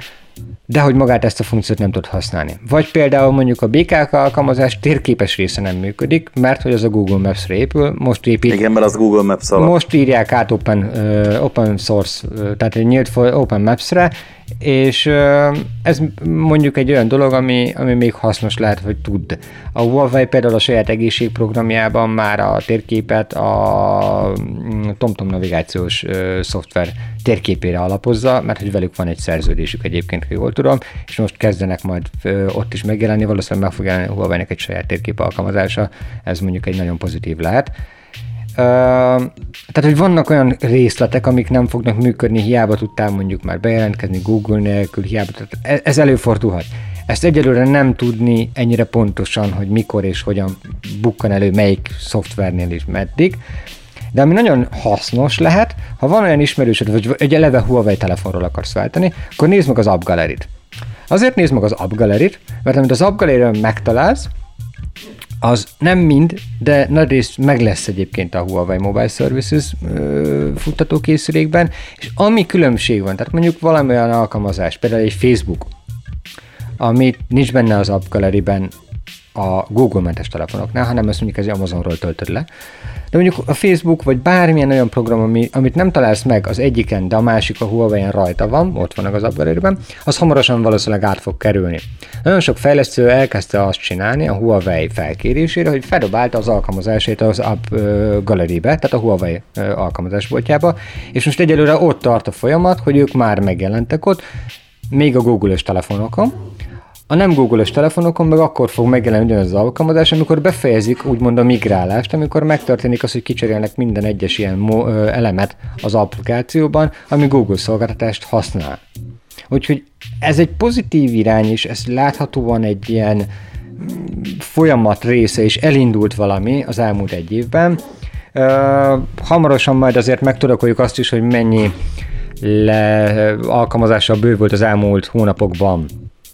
de hogy magát ezt a funkciót nem tud használni. Vagy például mondjuk a bé ká ká alkalmazás térképes része nem működik, mert hogy az a Google Maps-re épül, most épít. Igen, mert az Google Maps alatt. Most írják át open, uh, open source, uh, tehát egy nyílt Open Maps-re, és uh, ez mondjuk egy olyan dolog, ami, ami még hasznos lehet, hogy tudd. A Huawei például a saját egészségprogramjában már a térképet a TomTom navigációs uh, szoftver térképére alapozza, mert hogy velük van egy szerződésük egyébként, hogy jól tudom, és most kezdenek majd uh, ott is megjelenni, valószínűleg meg fog jelenni a Huawei-nek egy saját térkép alkalmazása, ez mondjuk egy nagyon pozitív lehet. Uh, tehát, hogy vannak olyan részletek, amik nem fognak működni, hiába tudtál mondjuk már bejelentkezni Google nélkül, hiába, tehát ez előfordulhat. Ezt egyelőre nem tudni ennyire pontosan, hogy mikor és hogyan bukkan elő, melyik szoftvernél is meddig, de ami nagyon hasznos lehet, ha van olyan ismerősöd, vagy egy eleve Huawei telefonról akarsz váltani, akkor nézd meg az App Gallery-t. Azért nézd meg az App Gallery-t, mert amit az App Gallery-ről megtalálsz, az nem mind, de nagy részt meg lesz egyébként a Huawei Mobile Services ö, futtatókészülékben, és ami különbség van, tehát mondjuk valami olyan alkalmazás, például egy Facebook, ami nincs benne az App Gallery-ben a Google-mentes telefonoknál, hanem ezt mondjuk az Amazonról töltöd le. De mondjuk a Facebook, vagy bármilyen olyan program, ami, amit nem találsz meg az egyiken, de a másik a Huawei-en rajta van, ott vannak az App Gallery-ben, az hamarosan valószínűleg át fog kerülni. Nagyon sok fejlesztő elkezdte azt csinálni a Huawei felkérésére, hogy feldobálta az alkalmazásait az App Gallery-be, tehát a Huawei alkalmazásboltjába, és most egyelőre ott tart a folyamat, hogy ők már megjelentek ott, még a Google-ös telefonokon. A nem Google-os telefonokon meg akkor fog megjelenni ugyanaz az alkalmazás, amikor befejezik úgymond a migrálást, amikor megtörténik az, hogy kicserélnek minden egyes ilyen mo- elemet az applikációban, ami Google szolgáltatást használ. Úgyhogy ez egy pozitív irány, és ez láthatóan egy ilyen folyamat része, és elindult valami az elmúlt egy évben. Uh, hamarosan majd azért megtudakoljuk azt is, hogy mennyi le alkalmazással bővült az elmúlt hónapokban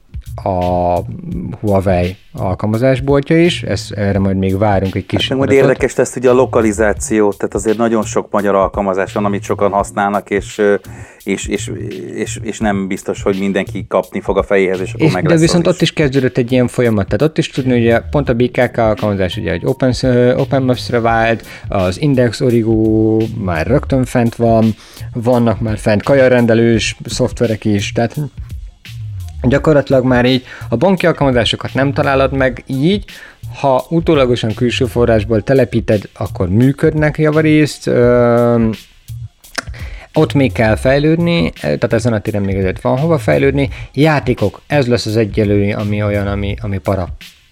a Huawei alkalmazásboltja is, ezt, erre majd még várunk egy kis hát, majd érdekes lesz ugye a lokalizáció, tehát azért nagyon sok magyar alkalmazás van, amit sokan használnak, és, és, és, és, és nem biztos, hogy mindenki kapni fog a fejéhez, és akkor és, meg lesz. De viszont is. ott is kezdődött egy ilyen folyamat, tehát ott is tudni, hogy ugye pont a bé ká ká alkalmazás ugye egy Open, Open Maps-re vált, az Index Origo már rögtön fent van, vannak már fent kajarendelős szoftverek is, tehát gyakorlatilag már így a banki alkalmazásokat nem találod meg így, ha utólagosan külső forrásból telepíted, akkor működnek javarészt, ö, ott még kell fejlődni, tehát ezen a téren még azért van hova fejlődni. Játékok, ez lesz az egyelőre, ami olyan, ami, ami para.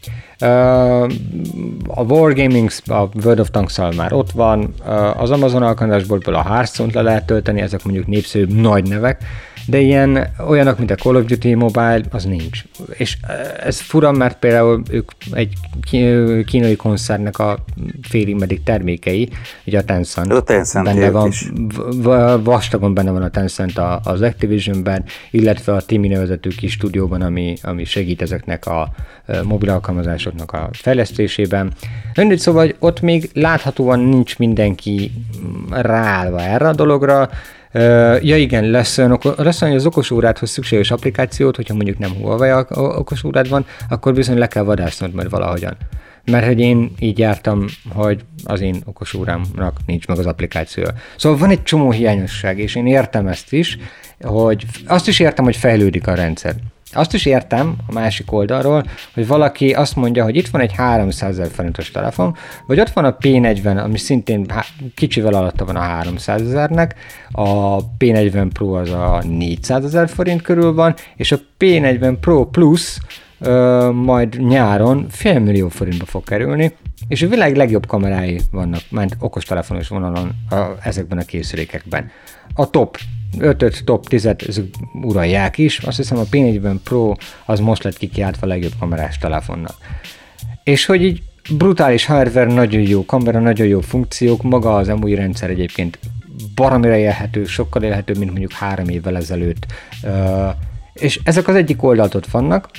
Uh, a Wargaming, a World of Tanks-szal már ott van, uh, az Amazon alkalmazásból a Hearthstone-t le lehet tölteni, ezek mondjuk népszerűbb nagy nevek, de ilyen olyanok, mint a Call of Duty Mobile, az nincs. És ez fura, mert például ők egy kínai koncertnek a félig meddig termékei, ugye a Tencent. A Tencent benne van, is. Vastagon benne van a Tencent az Activisionben, illetve a Timi nevezetű kis stúdióban, ami, ami segít ezeknek a mobil alkalmazásoknak a fejlesztésében. Mindegy, szóval ott még láthatóan nincs mindenki ráállva erre a dologra. Uh, ja igen, lesz olyan, lesz olyan, hogy az okosórádhoz szükséges applikációt, hogyha mondjuk nem Huawei okosórád van, akkor bizony le kell vadásznod majd valahogyan. Mert hogy én így jártam, hogy az én okosórámnak nincs meg az applikációja. Szóval van egy csomó hiányosság, és én értem ezt is, hogy azt is értem, hogy fejlődik a rendszer. Azt is értem a másik oldalról, hogy valaki azt mondja, hogy itt van egy háromszázezer forintos telefon, vagy ott van a pé negyven, ami szintén kicsivel alatta van a háromszázezernek, a pé negyven Pro az a négyszázezer forint körül van, és a pé negyven Pro Plus ö, majd nyáron félmillió forintba fog kerülni, és a világ legjobb kamerái vannak, ment okostelefonos vonalon a, ezekben a készülékekben. A top ötöt, top tízet uralják is, azt hiszem a pé negyven Pro az most lett kikiáltva a legjobb kamerás telefonnak. És hogy így brutális hardware, nagyon jó kamera, nagyon jó funkciók, maga az em u i rendszer egyébként baromira élhető, sokkal élhetőbb, mint mondjuk három évvel ezelőtt. És ezek az egyik oldalt ott vannak,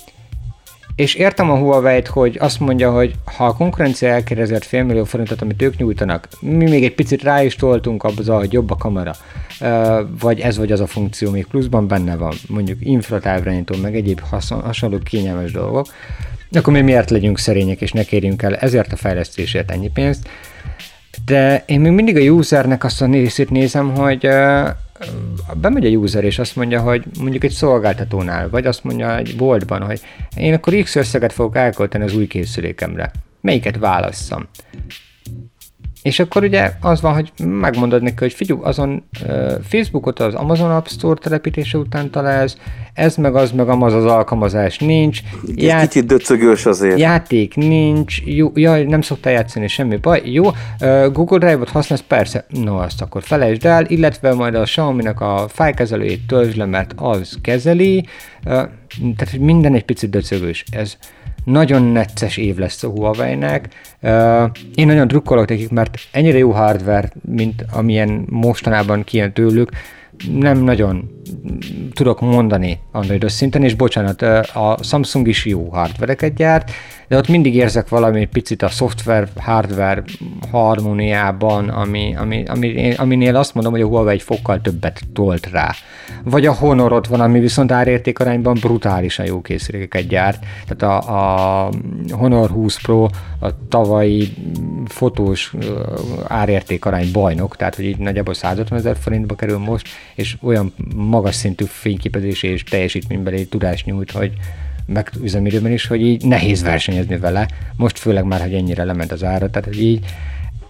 és értem a Huawei-t, hogy azt mondja, hogy ha a konkurencia elkér ezért félmillió forintot, amit ők nyújtanak, mi még egy picit rá is toltunk abba, hogy jobb a kamera, vagy ez vagy az a funkció még pluszban benne van, mondjuk infratávirányító, meg egyéb hasonló kényelmes dolgok, akkor mi miért legyünk szerények, és ne kérjünk el ezért a fejlesztésért ennyi pénzt. De én még mindig a usernek azt a részét nézem, hogy bemegy a user, és azt mondja, hogy mondjuk egy szolgáltatónál, vagy azt mondja egy boltban, hogy én akkor X összeget fogok elkölteni az új készülékemre. Melyiket válasszam? És akkor ugye az van, hogy megmondod neki, hogy figyelj, azon uh, Facebookot az Amazon App Store telepítése után találsz, ez meg az meg amaz az alkalmazás nincs. Ját... Kicsit döcögős azért. Játék nincs, jó, jaj, nem szoktál játszani, semmi baj, jó, uh, Google Drive-ot használsz, persze, no azt akkor felejtsd el, illetve majd a Xiaomi-nak a fájlkezelőjét töltsd le, mert az kezeli, uh, tehát hogy minden egy picit döcögős. Ez nagyon necces év lesz a Huawei-nek. Uh, én nagyon drukkolok nekik, mert ennyire jó hardware, mint amilyen mostanában kijön tőlük, nem nagyon tudok mondani androidos szinten, és bocsánat, a Samsung is jó hardvereket gyárt, de ott mindig érzek valami picit a szoftver-hardware harmóniában, ami, ami, ami, aminél azt mondom, hogy a Huawei egy fokkal többet tolt rá. Vagy a Honor ott van, ami viszont árértékarányban brutálisan jó készülékeket gyárt. Tehát a, a Honor húsz Pro a tavalyi fotós árértékarány bajnok, tehát hogy így nagyjából százötvenezer forintba kerül most, és olyan magas szintű fényképezési és teljesítménybeli tudást nyújt, hogy meg üzemidőben is, hogy így nehéz versenyezni vele. Most főleg már, hogy ennyire lement az ára, tehát hogy így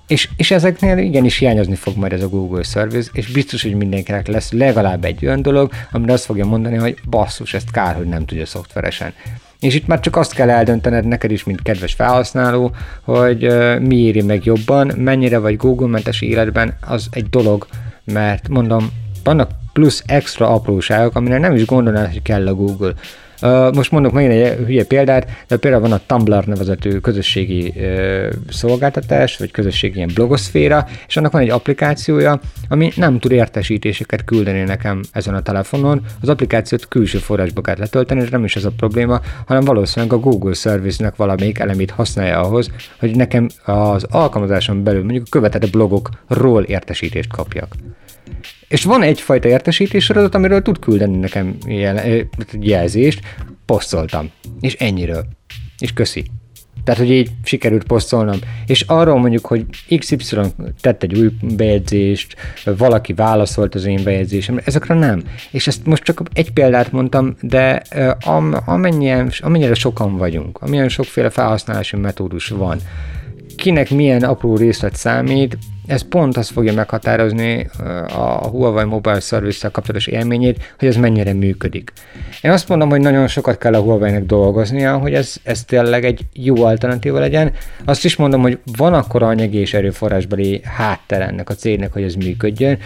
És, és ezeknél igenis hiányozni fog majd ez a Google Service, és biztos, hogy mindenkinek lesz legalább egy olyan dolog, amire azt fogja mondani, hogy basszus, ezt kár, hogy nem tudja szoftveresen. És itt már csak azt kell eldöntened neked is, mint kedves felhasználó, hogy uh, mi éri meg jobban, mennyire vagy Google-mentes életben, az egy dolog, mert mondom, vannak plusz extra apróságok, amire nem is gondolnád, hogy kell a Google. Uh, most mondok megint egy hülye példát, de például van a Tumblr nevezetű közösségi uh, szolgáltatás, vagy közösségi ilyen blogoszféra, és annak van egy applikációja, ami nem tud értesítéseket küldeni nekem ezen a telefonon. Az applikációt külső forrásba kell letölteni, és nem is ez a probléma, hanem valószínűleg a Google Service-nek valamelyik elemét használja ahhoz, hogy nekem az alkalmazáson belül mondjuk a követett blogokról értesítést kapjak. És van egyfajta értesítéssorozat, amiről tud küldeni nekem jel- jelzést, posztoltam. És ennyiről. És köszi. Tehát, hogy így sikerült posztolnom. És arról mondjuk, hogy iksz ipszilon tett egy új bejegyzést, valaki válaszolt az én bejegyzésemre, ezekre nem. És ezt most csak egy példát mondtam, de am- amennyien, amennyire sokan vagyunk, amilyen sokféle felhasználási metódus van, kinek milyen apró részlet számít, ez pont azt fogja meghatározni a Huawei Mobile Service-tel kapcsolatos élményét, hogy ez mennyire működik. Én azt mondom, hogy nagyon sokat kell a Huawei-nek dolgoznia, hogy ez, ez tényleg egy jó alternatíva legyen. Azt is mondom, hogy van akkora anyagi és erőforrásbeli háttere ennek a cégnek, hogy ez működjön.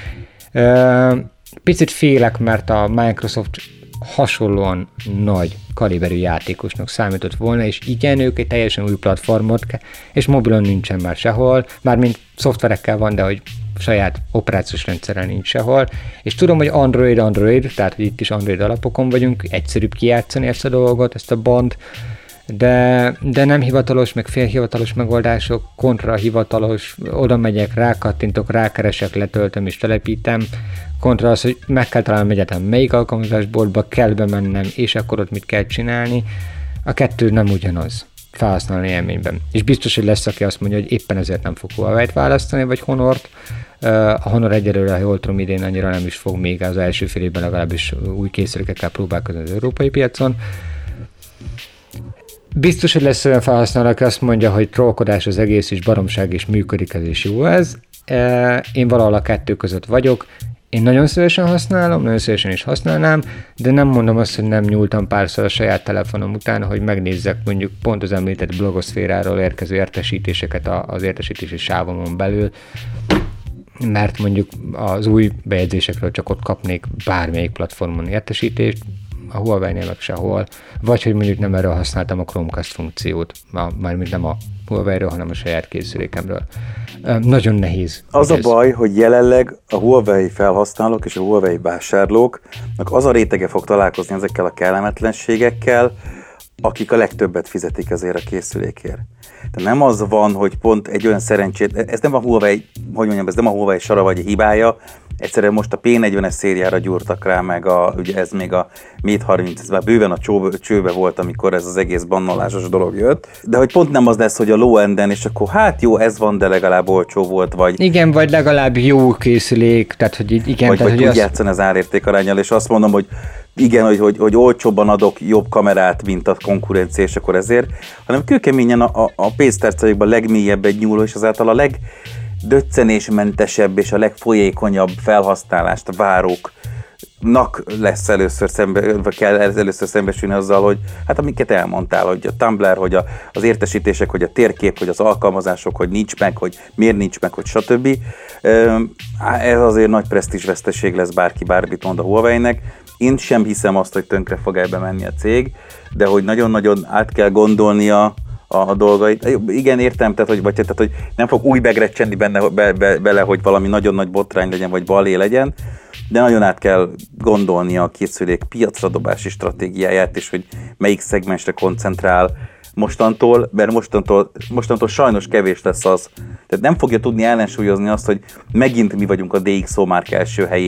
Picit félek, mert a Microsoft hasonlóan nagy kaliberű játékosnak számított volna, és igen, ők egy teljesen új platformot, és mobilon nincsen már sehol, mármint szoftverekkel van, de hogy saját operációs rendszerrel nincs sehol, és tudom, hogy Android, Android, tehát hogy itt is Android alapokon vagyunk, egyszerűbb kijátszani ezt a dolgot, ezt a band, de, de nem hivatalos, meg félhivatalos megoldások, kontra hivatalos, oda megyek, rákattintok, rákeresek, letöltöm és telepítem, kontra az, hogy meg kell találnom egyetem melyik alkalmazásboltba kell bemennem, és akkor ott mit kell csinálni. A kettő nem ugyanaz felhasználni élményben. És biztos, hogy lesz, aki azt mondja, hogy éppen ezért nem fog Huawei-t választani, vagy Honort. A Honor egyelőre, ha jól tudom, idén annyira nem is fog még az első fél évben legalábbis új készülékekkel próbálkozni az európai piacon. Biztos, hogy lesz olyan felhasználó, aki azt mondja, hogy trollkodás az egész, és baromság, és működik ez, és jó ez. Én valahol a kettő között vagyok. Én nagyon szívesen használom, nagyon szívesen is használnám, de nem mondom azt, hogy nem nyúltam párszor a saját telefonom után, hogy megnézzek mondjuk pont az említett blogoszféráról érkező értesítéseket az értesítési sávomon belül, mert mondjuk az új bejegyzésekről csak ott kapnék bármelyik platformon értesítést, a Huawei-nél meg sehol, vagy hogy mondjuk nem erről használtam a Chromecast funkciót, mármint nem a Huawei-ről, hanem a saját készülékemről. Nagyon nehéz. Az a baj, hogy jelenleg a Huawei felhasználók és a Huawei vásárlóknak az a rétege fog találkozni ezekkel a kellemetlenségekkel, akik a legtöbbet fizetik ezért a készülékért. De nem az van, hogy pont egy olyan szerencsét, ez nem a Huawei, hogy mondjam, ez nem a Huawei sara vagy a hibája, egyszerűen most a P negyvenes szériára gyúrtak rá, meg a, ugye ez még a Mate harminc, ez már bőven a csóbe, csőbe volt, amikor ez az egész bannolásos dolog jött, de hogy pont nem az lesz, hogy a low-enden, és akkor hát jó, ez van, de legalább olcsó volt, vagy... Igen, vagy legalább jó készülék, tehát hogy igen... Vagy, tehát, vagy hogy tud az... játszani az árértékaránnyal, és azt mondom, hogy igen, hogy, hogy, hogy olcsóbban adok jobb kamerát, mint a konkurencia, és akkor ezért, hanem kőkeményen a, a, a pénztárcájukban legmélyebben nyúló, és azáltal a legdöccenésmentesebb és a legfolyékonyabb felhasználást váróknak lesz először szembe, vagy kell először szembesülni azzal, hogy hát amiket elmondtál, hogy a Tumblr, hogy a, az értesítések, hogy a térkép, hogy az alkalmazások, hogy nincs meg, hogy miért nincs meg, hogy stb. Ez azért nagy presztízsveszteség lesz, bárki bármit mond a Huawei-nek. Én sem hiszem azt, hogy tönkre fog ebbe menni a cég, de hogy nagyon-nagyon át kell gondolnia a, a dolgait. Igen, értem, tehát hogy, vagy, tehát, hogy nem fog új begrecsenni benne, be, be, bele, hogy valami nagyon nagy botrány legyen, vagy balé legyen, de nagyon át kell gondolnia a készülék piacra dobási stratégiáját, és hogy melyik szegmensre koncentrál mostantól, mert mostantól, mostantól sajnos kevés lesz az. Tehát nem fogja tudni ellensúlyozni azt, hogy megint mi vagyunk a dé iksz o márka első helyén,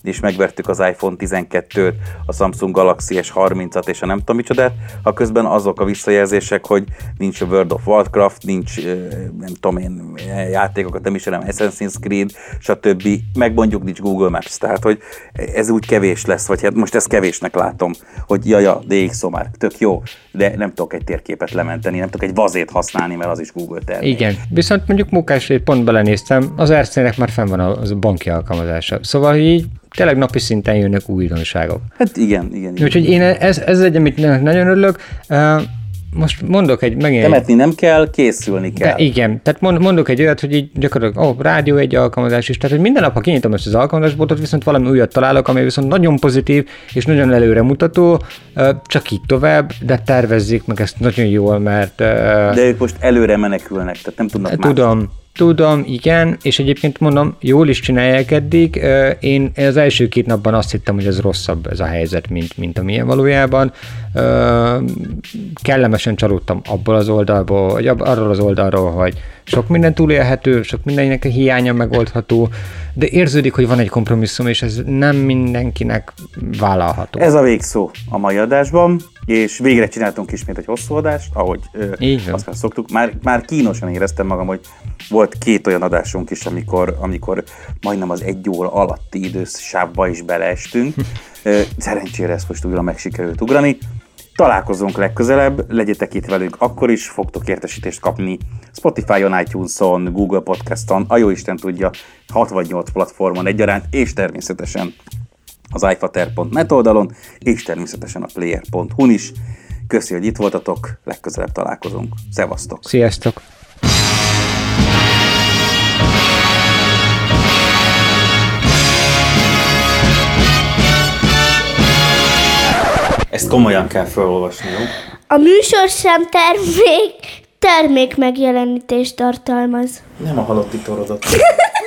és megvertük az iPhone tizenkettőt, a Samsung Galaxy es harmincat és a nem tudom micsodát, ha közben azok a visszajelzések, hogy nincs a World of Warcraft, nincs nem tudom én játékokat, nem is nem Assassin's Creed, stb. Meg mondjuk nincs Google Maps, tehát hogy ez úgy kevés lesz, vagy hát most ezt kevésnek látom, hogy jaja, dé iksz o már tök jó, de nem tudok egy térképet lementeni, nem tudok egy vazét használni, mert az is Google termék. Igen, viszont mondjuk munkásért pont belenéztem, az er cé-nek már fenn van az a banki alkalmazása. Szóval így tényleg napi szinten jönnek újdonságok. Hát igen, igen. igen. Úgyhogy én ez, ez egy, amit nagyon örülök. Most mondok egy... Megint temetni nem kell, készülni kell. De igen, tehát mond, mondok egy olyat, hogy így gyakorlatilag, ó, oh, rádió egy alkalmazás is, tehát hogy minden nap, ha kinyitom ezt az alkalmazásboltot, viszont valami újat találok, ami viszont nagyon pozitív és nagyon előremutató, csak így tovább, de tervezzék meg ezt nagyon jól, mert... De ők most előre menekülnek, tehát nem tudnak más. Tudom. Tudom, igen, és egyébként mondom, jól is csinálják eddig. Én az első két napban azt hittem, hogy ez rosszabb ez a helyzet, mint, mint amilyen valójában. Kellemesen csalódtam abból az oldalból, vagy arról az oldalról, hogy sok minden túlélhető, sok mindennek a hiánya megoldható, de érződik, hogy van egy kompromisszum, és ez nem mindenkinek vállalható. Ez a végszó a mai adásban, és végre csináltunk ismét egy hosszú adást, ahogy ö, azt már szoktuk. Már, már kínosan éreztem magam, hogy volt két olyan adásunk is, amikor, amikor majdnem az egy óra alatti idősávba is beleestünk. Szerencsére ezt most újra meg sikerült ugrani. Találkozunk legközelebb, legyetek itt velünk, akkor is fogtok értesítést kapni Spotify-on, iTunes-on, Google Podcast-on, a jóisten tudja, hatvannyolc platformon egyaránt, és természetesen az ifater pont net oldalon, és természetesen a player pont hu-n is. Köszi, hogy itt voltatok, legközelebb találkozunk. Szevasztok! Sziasztok! Ezt komolyan kell felolvasni, jó? A műsorszám termék, termék megjelenítést tartalmaz. Nem a halotti torodat.